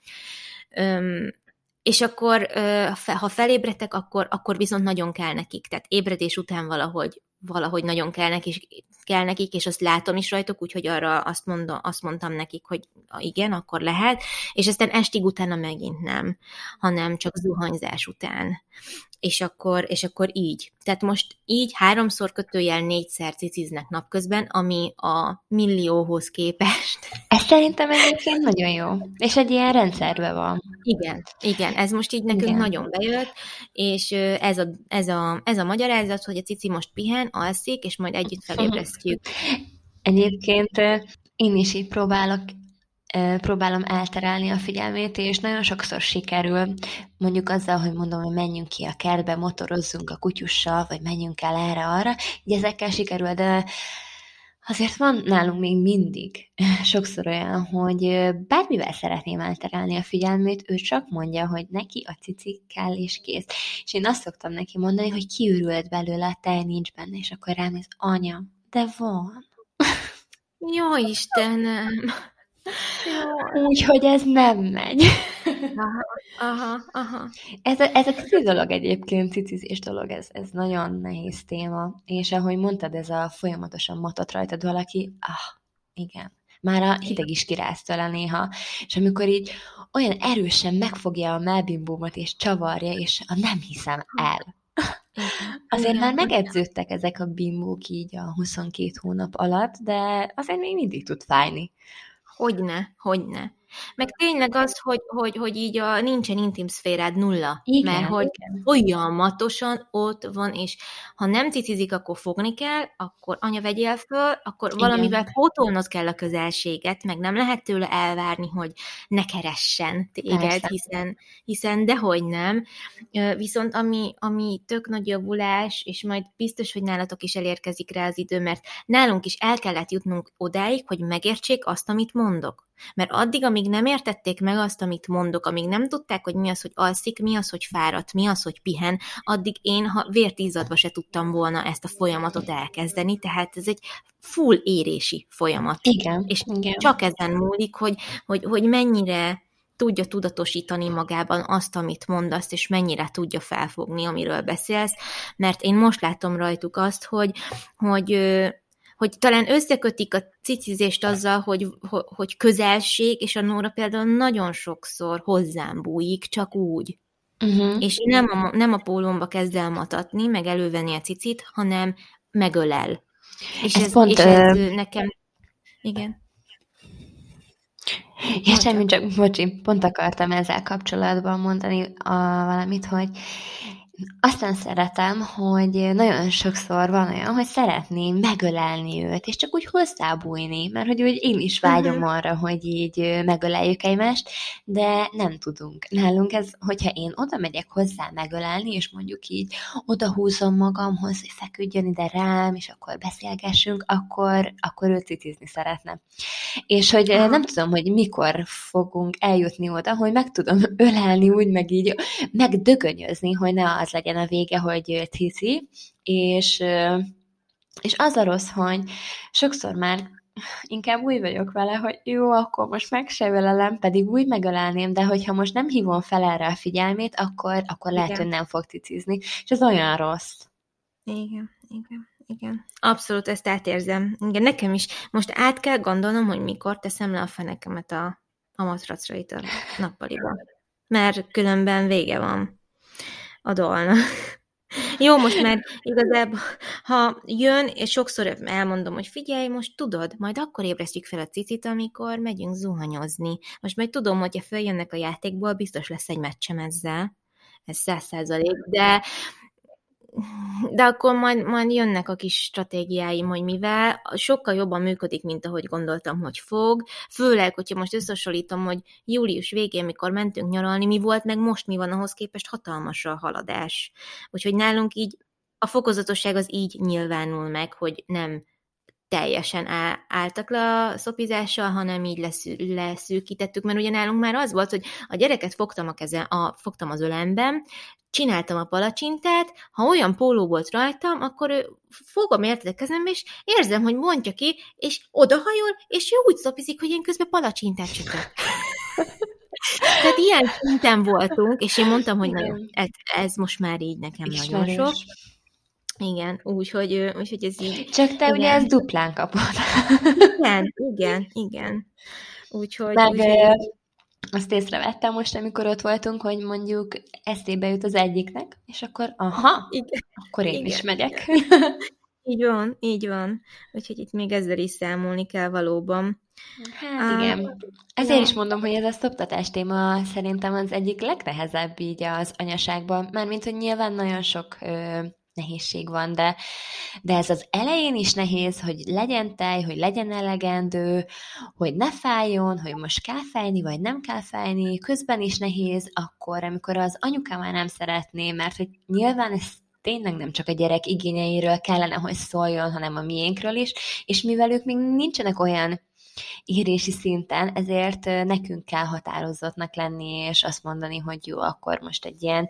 És akkor, ha felébredtek, akkor, akkor viszont nagyon kell nekik. Tehát ébredés után valahogy, valahogy nagyon kell nekik, kell nekik, és azt látom is rajtuk, úgyhogy arra azt, mondom, azt mondtam nekik, hogy igen, akkor lehet, és aztán estig utána megint nem, hanem csak zuhanyzás után. És akkor, és akkor így. Tehát most így háromszor kötőjel négyszer ciciznek napközben, ami a millióhoz képest.
Ez szerintem egyébként nagyon jó. És egy ilyen rendszerben van.
Igen, igen. Ez most így nekünk igen. nagyon bejött, és ez a, ez, a, ez a magyarázat, hogy a cici most pihen, alszik, és majd együtt felébresztjük.
Egyébként én is így próbálok próbálom elterelni a figyelmét, és nagyon sokszor sikerül, mondjuk azzal, hogy mondom, hogy menjünk ki a kertbe, motorozzunk a kutyussal, vagy menjünk el erre-arra, így ezekkel sikerül, de azért van nálunk még mindig sokszor olyan, hogy bármivel szeretném elterelni a figyelmét, ő csak mondja, hogy neki a cici kell, és kész. És én azt szoktam neki mondani, hogy kiürült belőle, a tej nincs benne, és akkor rám ez, anya, de van.
Jó Istenem!
Úgyhogy ez nem megy.
Aha, aha, aha.
Ez a, ez a cici dolog egyébként, cicizés dolog, ez, ez nagyon nehéz téma. És ahogy mondtad, ez a folyamatosan matat rajtad valaki, ah, igen. Már a hideg is kiráz tőle néha. És amikor így olyan erősen megfogja a melbimbómat, és csavarja, és a nem hiszem el. Azért igen. Már megedződtek ezek a bimbók így a huszonkét hónap alatt, de azért még mindig tud fájni.
Hogyne, hogyne. Meg tényleg az, hogy, hogy, hogy így a, nincsen intim szférád nulla, igen, mert hogy igen. Folyamatosan ott van, és ha nem cicizik, akkor fogni kell, akkor anya vegyél föl, akkor igen. Valamivel pótolnod kell a közelséget, meg nem lehet tőle elvárni, hogy ne keressen téged, hiszen, hiszen dehogy nem. Viszont ami, ami tök nagy javulás, és majd biztos, hogy nálatok is elérkezik rá az idő, mert nálunk is el kellett jutnunk odáig, hogy megértsék azt, amit mondok. Mert addig, amíg nem értették meg azt, amit mondok, amíg nem tudták, hogy mi az, hogy alszik, mi az, hogy fáradt, mi az, hogy pihen, addig én, ha vért izzadva se tudtam volna ezt a folyamatot elkezdeni, tehát ez egy full érési folyamat.
Igen,
és
igen.
Csak ezen múlik, hogy, hogy, hogy mennyire tudja tudatosítani magában azt, amit mondasz, és mennyire tudja felfogni, amiről beszélsz, mert én most látom rajtuk azt, hogy, hogy hogy talán összekötik a cicizést azzal, hogy, hogy közelség, és a Nóra például nagyon sokszor hozzám bújik, csak úgy. Uh-huh. És nem a, nem a pólomba kezd el matatni, meg elővenni a cicit, hanem megölel. És ez, ez, pont, és ez ö... nekem... Igen.
Ja, semmi, csak, bocsi, pont akartam ezzel kapcsolatban mondani a, valamit, hogy aztán szeretem, hogy nagyon sokszor van olyan, hogy szeretném megölelni őt, és csak úgy hozzábújni, mert hogy úgy én is vágyom uh-huh. arra, hogy így megöleljük egymást, de nem tudunk. Nálunk ez, hogyha én oda megyek hozzá megölelni, és mondjuk így oda húzom magamhoz, hogy feküdjön ide rám, és akkor beszélgessünk, akkor, akkor ő cicizni szeretne. És hogy uh-huh. nem tudom, hogy mikor fogunk eljutni oda, hogy meg tudom ölelni úgy, meg így megdögönyözni, hogy ne az legyen a vége, hogy cici, és, és az a rossz, hogy sokszor már inkább úgy vagyok vele, hogy jó, akkor most meg se ölelem, pedig úgy megölelném, de hogyha most nem hívom fel erre a figyelmét, akkor, akkor lehet, hogy nem fog cicizni, és ez olyan rossz.
Igen, igen. Igen, abszolút ezt átérzem. Igen, nekem is most át kell gondolnom, hogy mikor teszem le a fenekemet a a matracra itt a nappaliba. Mert különben vége van a dolnak. Jó, most már igazából, ha jön, és sokszor elmondom, hogy figyelj, most tudod, majd akkor ébresztjük fel a cicit, amikor megyünk zuhanyozni. Most majd tudom, hogyha följönnek a játékból, biztos lesz egy meccsem ezzel. Ez száz százalék, de de akkor majd, majd jönnek a kis stratégiáim, hogy mivel sokkal jobban működik, mint ahogy gondoltam, hogy fog. Főleg, hogyha most összehasonlítom, hogy július végén, mikor mentünk nyaralni, mi volt, meg most mi van, ahhoz képest hatalmas a haladás. Úgyhogy nálunk így a fokozatosság az így nyilvánul meg, hogy nem teljesen álltak le a szopizással, hanem így leszű, leszűkítettük, mert ugye nálunk már az volt, hogy a gyereket fogtam, a kezem, a, fogtam az ölemben, csináltam a palacsintát, ha olyan póló volt rajtam, akkor ő fogom érted a kezembe, és érzem, hogy mondja ki, és odahajol, és ő úgy szopizik, hogy én közben palacsintát sütök. Tehát ilyen szinten voltunk, és én mondtam, hogy nagyon, ez, ez most már így nekem Ismerős. Nagyon sok. Igen, úgyhogy, úgyhogy ez így...
Csak te igen. Ugye ezt duplán kapod.
Igen, igen, igen. Úgyhogy...
Meg
úgyhogy...
azt észrevettem most, amikor ott voltunk, hogy mondjuk eszébe jut az egyiknek, és akkor aha, igen. Akkor én igen, is megyek.
Igen. Így van, így van. Úgyhogy itt még ezzel is számolni kell valóban.
Hát ah, igen. Ezért ja. is mondom, hogy ez a szoptatás téma szerintem az egyik legnehezebb így az anyaságban, mármint, hogy nyilván nagyon sok... Ö, nehézség van, de, de ez az elején is nehéz, hogy legyen tej, hogy legyen elegendő, hogy ne fájjon, hogy most kell fájni, vagy nem kell fájni, közben is nehéz, akkor, amikor az anyuka már nem szeretné, mert hogy nyilván ez tényleg nem csak a gyerek igényeiről kellene, hogy szóljon, hanem a miénkről is, és mivel ők még nincsenek olyan érési szinten, ezért nekünk kell határozottnak lenni, és azt mondani, hogy jó, akkor most egy ilyen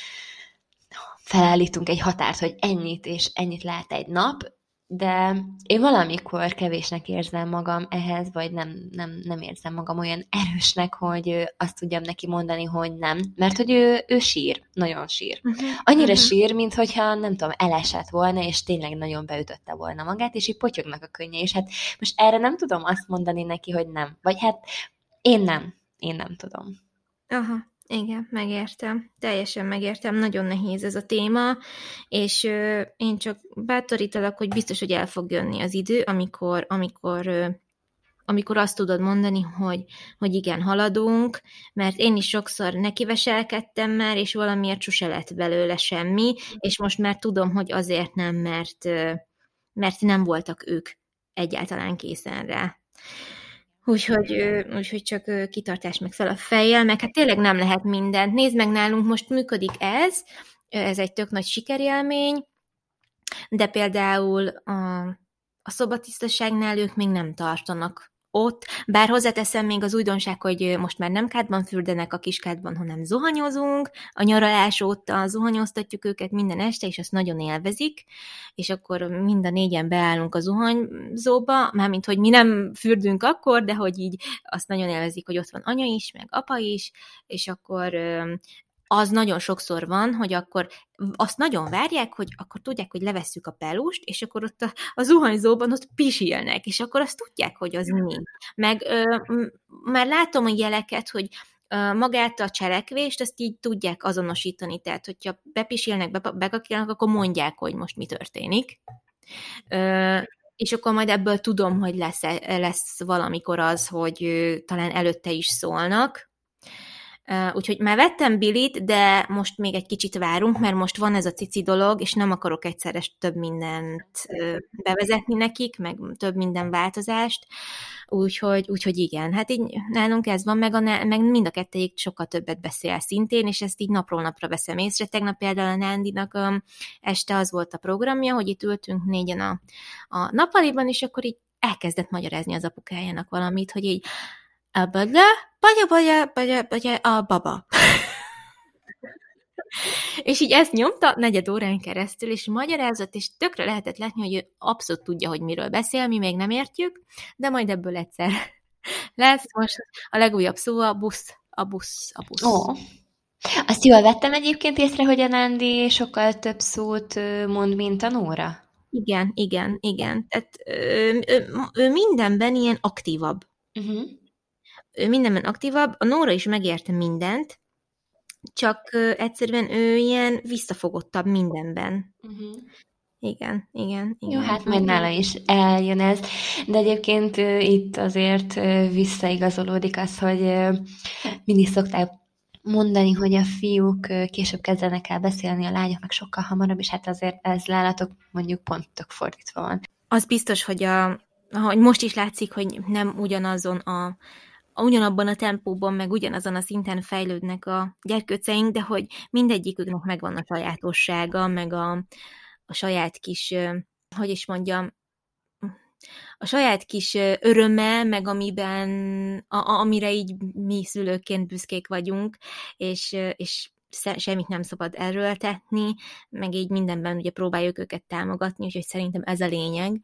felállítunk egy határt, hogy ennyit és ennyit lehet egy nap, de én valamikor kevésnek érzem magam ehhez, vagy nem, nem, nem érzem magam olyan erősnek, hogy azt tudjam neki mondani, hogy nem. Mert hogy ő, ő sír, nagyon sír. Uh-huh. Annyira uh-huh. sír, mint hogyha nem tudom, elesett volna, és tényleg nagyon beütötte volna magát, és így potyognak a könnye, és hát most erre nem tudom azt mondani neki, hogy nem. Vagy hát én nem. Én nem tudom.
Aha. Igen, megértem. Teljesen megértem. Nagyon nehéz ez a téma, és ö, én csak bátorítalak, hogy biztos, hogy el fog jönni az idő, amikor, amikor, ö, amikor azt tudod mondani, hogy, hogy igen, haladunk, mert én is sokszor nekiveselkedtem már, és valamiért sose lett belőle semmi, és most már tudom, hogy azért nem, mert, ö, mert nem voltak ők egyáltalán készen rá. Úgyhogy, úgyhogy csak kitartás meg fel a fejjel, meg hát tényleg nem lehet mindent. Nézd meg, nálunk most működik ez, ez egy tök nagy sikerélmény, de például a, a szobatisztaságnál ők még nem tartanak ott, bár hozzáteszem még az újdonság, hogy most már nem kádban fürdenek a kiskádban, hanem zuhanyozunk, a nyaralás óta zuhanyoztatjuk őket minden este, és azt nagyon élvezik, és akkor mind a négyen beállunk a zuhanyzóba, mármint, hogy mi nem fürdünk akkor, de hogy így azt nagyon élvezik, hogy ott van anya is, meg apa is, és akkor az nagyon sokszor van, hogy akkor azt nagyon várják, hogy akkor tudják, hogy levesszük a pelust, és akkor ott a, a zuhanyzóban ott pisilnek, és akkor azt tudják, hogy az mi. Meg ö, m- már látom a jeleket, hogy ö, magát a cselekvést, azt így tudják azonosítani, tehát hogyha bepisilnek, be, bekakilnak, akkor mondják, hogy most mi történik. Ö, és akkor majd ebből tudom, hogy lesz, lesz valamikor az, hogy ö, talán előtte is szólnak. Uh, úgyhogy már vettem Billit, de most még egy kicsit várunk, mert most van ez a cici dolog, és nem akarok egyszerre több mindent uh, bevezetni nekik, meg több minden változást, úgyhogy, úgyhogy igen, hát így nálunk ez van, meg, a, meg mind a kettőjük sokkal többet beszél szintén, és ezt így napról napra veszem észre. Tegnap például a Nándinak um, este az volt a programja, hogy itt ültünk négyen a, a nappaliban, és akkor így elkezdett magyarázni az apukájának valamit, hogy így a bada, bada, bada, bada, bada, a baba. És így ezt nyomta negyed órán keresztül, és magyarázott, és tökre lehetett látni, hogy ő abszolút tudja, hogy miről beszél, mi még nem értjük, de majd ebből egyszer lesz. Most a legújabb szó a busz, a busz, a busz.
Oh. Azt jól vettem egyébként észre, hogy a Nándi sokkal több szót mond, mint a Nóra?
Igen, igen, igen. Tehát ő, ő, ő mindenben ilyen aktívabb. Uh-huh. ő mindenben aktívabb, a Nóra is megérte mindent, csak egyszerűen ő ilyen visszafogottabb mindenben. Uh-huh. Igen, igen, igen.
Jó, hát majd nála is eljön ez. De egyébként itt azért visszaigazolódik az, hogy mindig szokták mondani, hogy a fiúk később kezdenek el beszélni, a lányok meg sokkal hamarabb, és hát azért ez nálatok mondjuk pont tök fordítva van.
Az biztos, hogy, a, hogy most is látszik, hogy nem ugyanazon a ugyanabban a tempóban, meg ugyanazon a szinten fejlődnek a gyerkőceink, de hogy mindegyiküknek megvan a sajátossága, meg a, a saját kis, hogy is mondjam, a saját kis öröme, meg amiben, a, amire így mi szülőként büszkék vagyunk, és, és semmit nem szabad erőltetni, meg így mindenben ugye próbáljuk őket támogatni, úgyhogy szerintem ez a lényeg.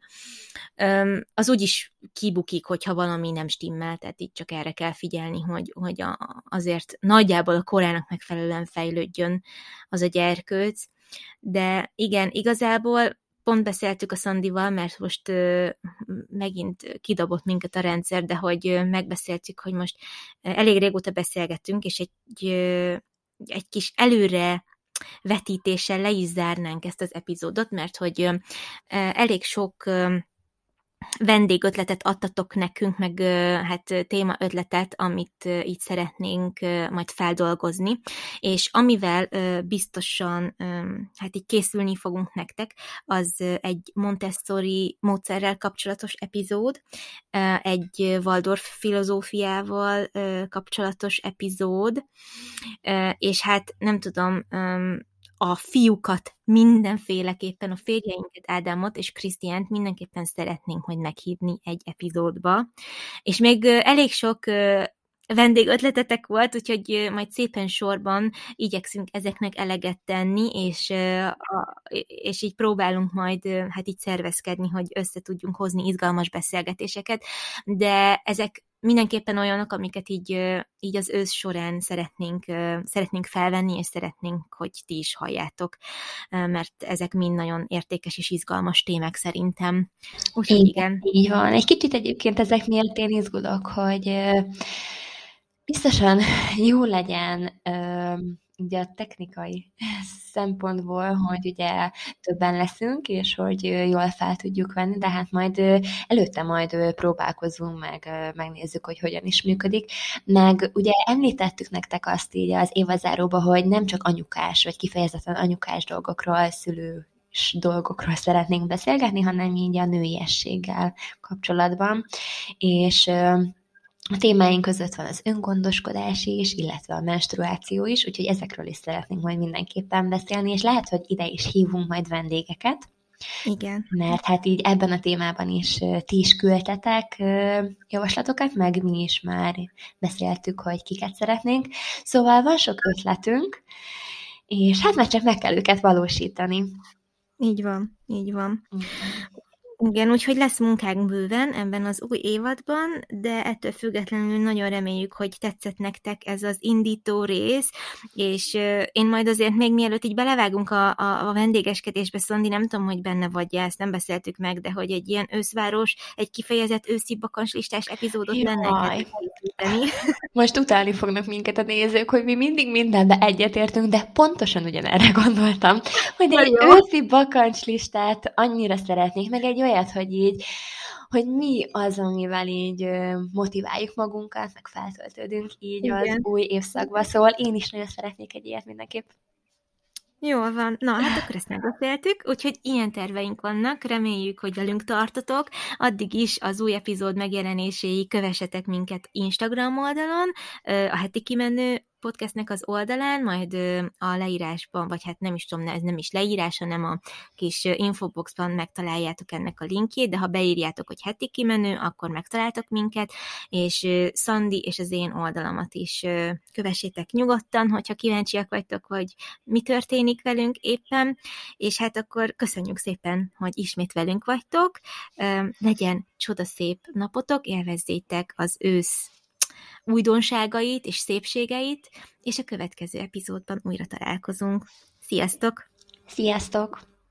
Az úgyis kibukik, hogyha valami nem stimmel, tehát így csak erre kell figyelni, hogy, hogy a, azért nagyjából a korának megfelelően fejlődjön az a gyerkőc. De igen, igazából pont beszéltük a Szandival, mert most ö, megint kidobott minket a rendszer, de hogy ö, megbeszéltük, hogy most elég régóta beszélgettünk, és egy, ö, egy kis előre vetítéssel le is zárnánk ezt az epizódot, mert hogy ö, elég sok ö, vendégötletet adtatok nekünk, meg hát témaötletet, amit így szeretnénk majd feldolgozni, és amivel biztosan hát így készülni fogunk nektek, az egy Montessori módszerrel kapcsolatos epizód, egy Waldorf filozófiával kapcsolatos epizód, és hát nem tudom, a fiúkat mindenféleképpen, a férjeinket, Ádámot és Krisztiánt mindenképpen szeretnénk majd meghívni egy epizódba. És még elég sok vendégötletetek volt, úgyhogy majd szépen sorban igyekszünk ezeknek eleget tenni, és, és így próbálunk majd hát így szervezkedni, hogy össze tudjunk hozni izgalmas beszélgetéseket, de ezek mindenképpen olyanok, amiket így, így az ősz során szeretnénk, szeretnénk felvenni, és szeretnénk, hogy ti is halljátok, mert ezek mind nagyon értékes és izgalmas témák szerintem. Úgyhogy igen.
Így van. Egy kicsit egyébként ezek miatt én izgulok, hogy biztosan jó legyen ugye a technikai szempontból, hogy ugye többen leszünk, és hogy jól fel tudjuk venni, de hát majd előtte majd próbálkozunk, meg megnézzük, hogy hogyan is működik. Meg ugye említettük nektek azt így az évazáróba, hogy nem csak anyukás, vagy kifejezetten anyukás dolgokról, szülő dolgokról szeretnénk beszélgetni, hanem így a nőiességgel kapcsolatban. És a témáink között van az öngondoskodás is, illetve a menstruáció is, úgyhogy ezekről is szeretnénk majd mindenképpen beszélni, és lehet, hogy ide is hívunk majd vendégeket.
Igen.
Mert hát így ebben a témában is ti is küldtetek javaslatokat, meg mi is már beszéltük, hogy kiket szeretnénk. Szóval van sok ötletünk, és hát már csak meg kell őket valósítani.
Így van, így van. Mm. Igen, úgyhogy lesz munkánk bőven ebben az új évadban, de ettől függetlenül nagyon reméljük, hogy tetszett nektek ez az indító rész, és én majd azért még mielőtt így belevágunk a, a, a vendégeskedésbe, Szandi, nem tudom, hogy benne vagy, ezt nem beszéltük meg, de hogy egy ilyen őszváros, egy kifejezett őszi bakancslistás epizódot lenne.
Most utálni fognak minket a nézők, hogy mi mindig mindenbe egyetértünk, de pontosan ugyanerre gondoltam, hogy egy őszi bakancslistát annyira szeretnék, meg egy olyat, hogy így, hogy mi az, amivel így motiváljuk magunkat, meg feltöltődünk így igen. Az új évszakba, szóval én is nagyon szeretnék egy ilyet mindenképp.
Jól van. Na, hát akkor ezt megbeszéltük, úgyhogy ilyen terveink vannak, reméljük, hogy velünk tartotok. Addig is az új epizód megjelenéséig kövessetek minket Instagram oldalon, a heti kimenő podcastnek az oldalán, majd a leírásban, vagy hát nem is tudom, ez nem is leírás, hanem a kis infoboxban megtaláljátok ennek a linkjét, de ha beírjátok, hogy heti kimenő, akkor megtaláltok minket, és Szandi és az én oldalamat is kövessétek nyugodtan, hogyha kíváncsiak vagytok, hogy mi történik velünk éppen, és hát akkor köszönjük szépen, hogy ismét velünk vagytok, legyen csodaszép napotok, élvezzétek az ősz újdonságait és szépségeit, és a következő epizódban újra találkozunk. Sziasztok!
Sziasztok!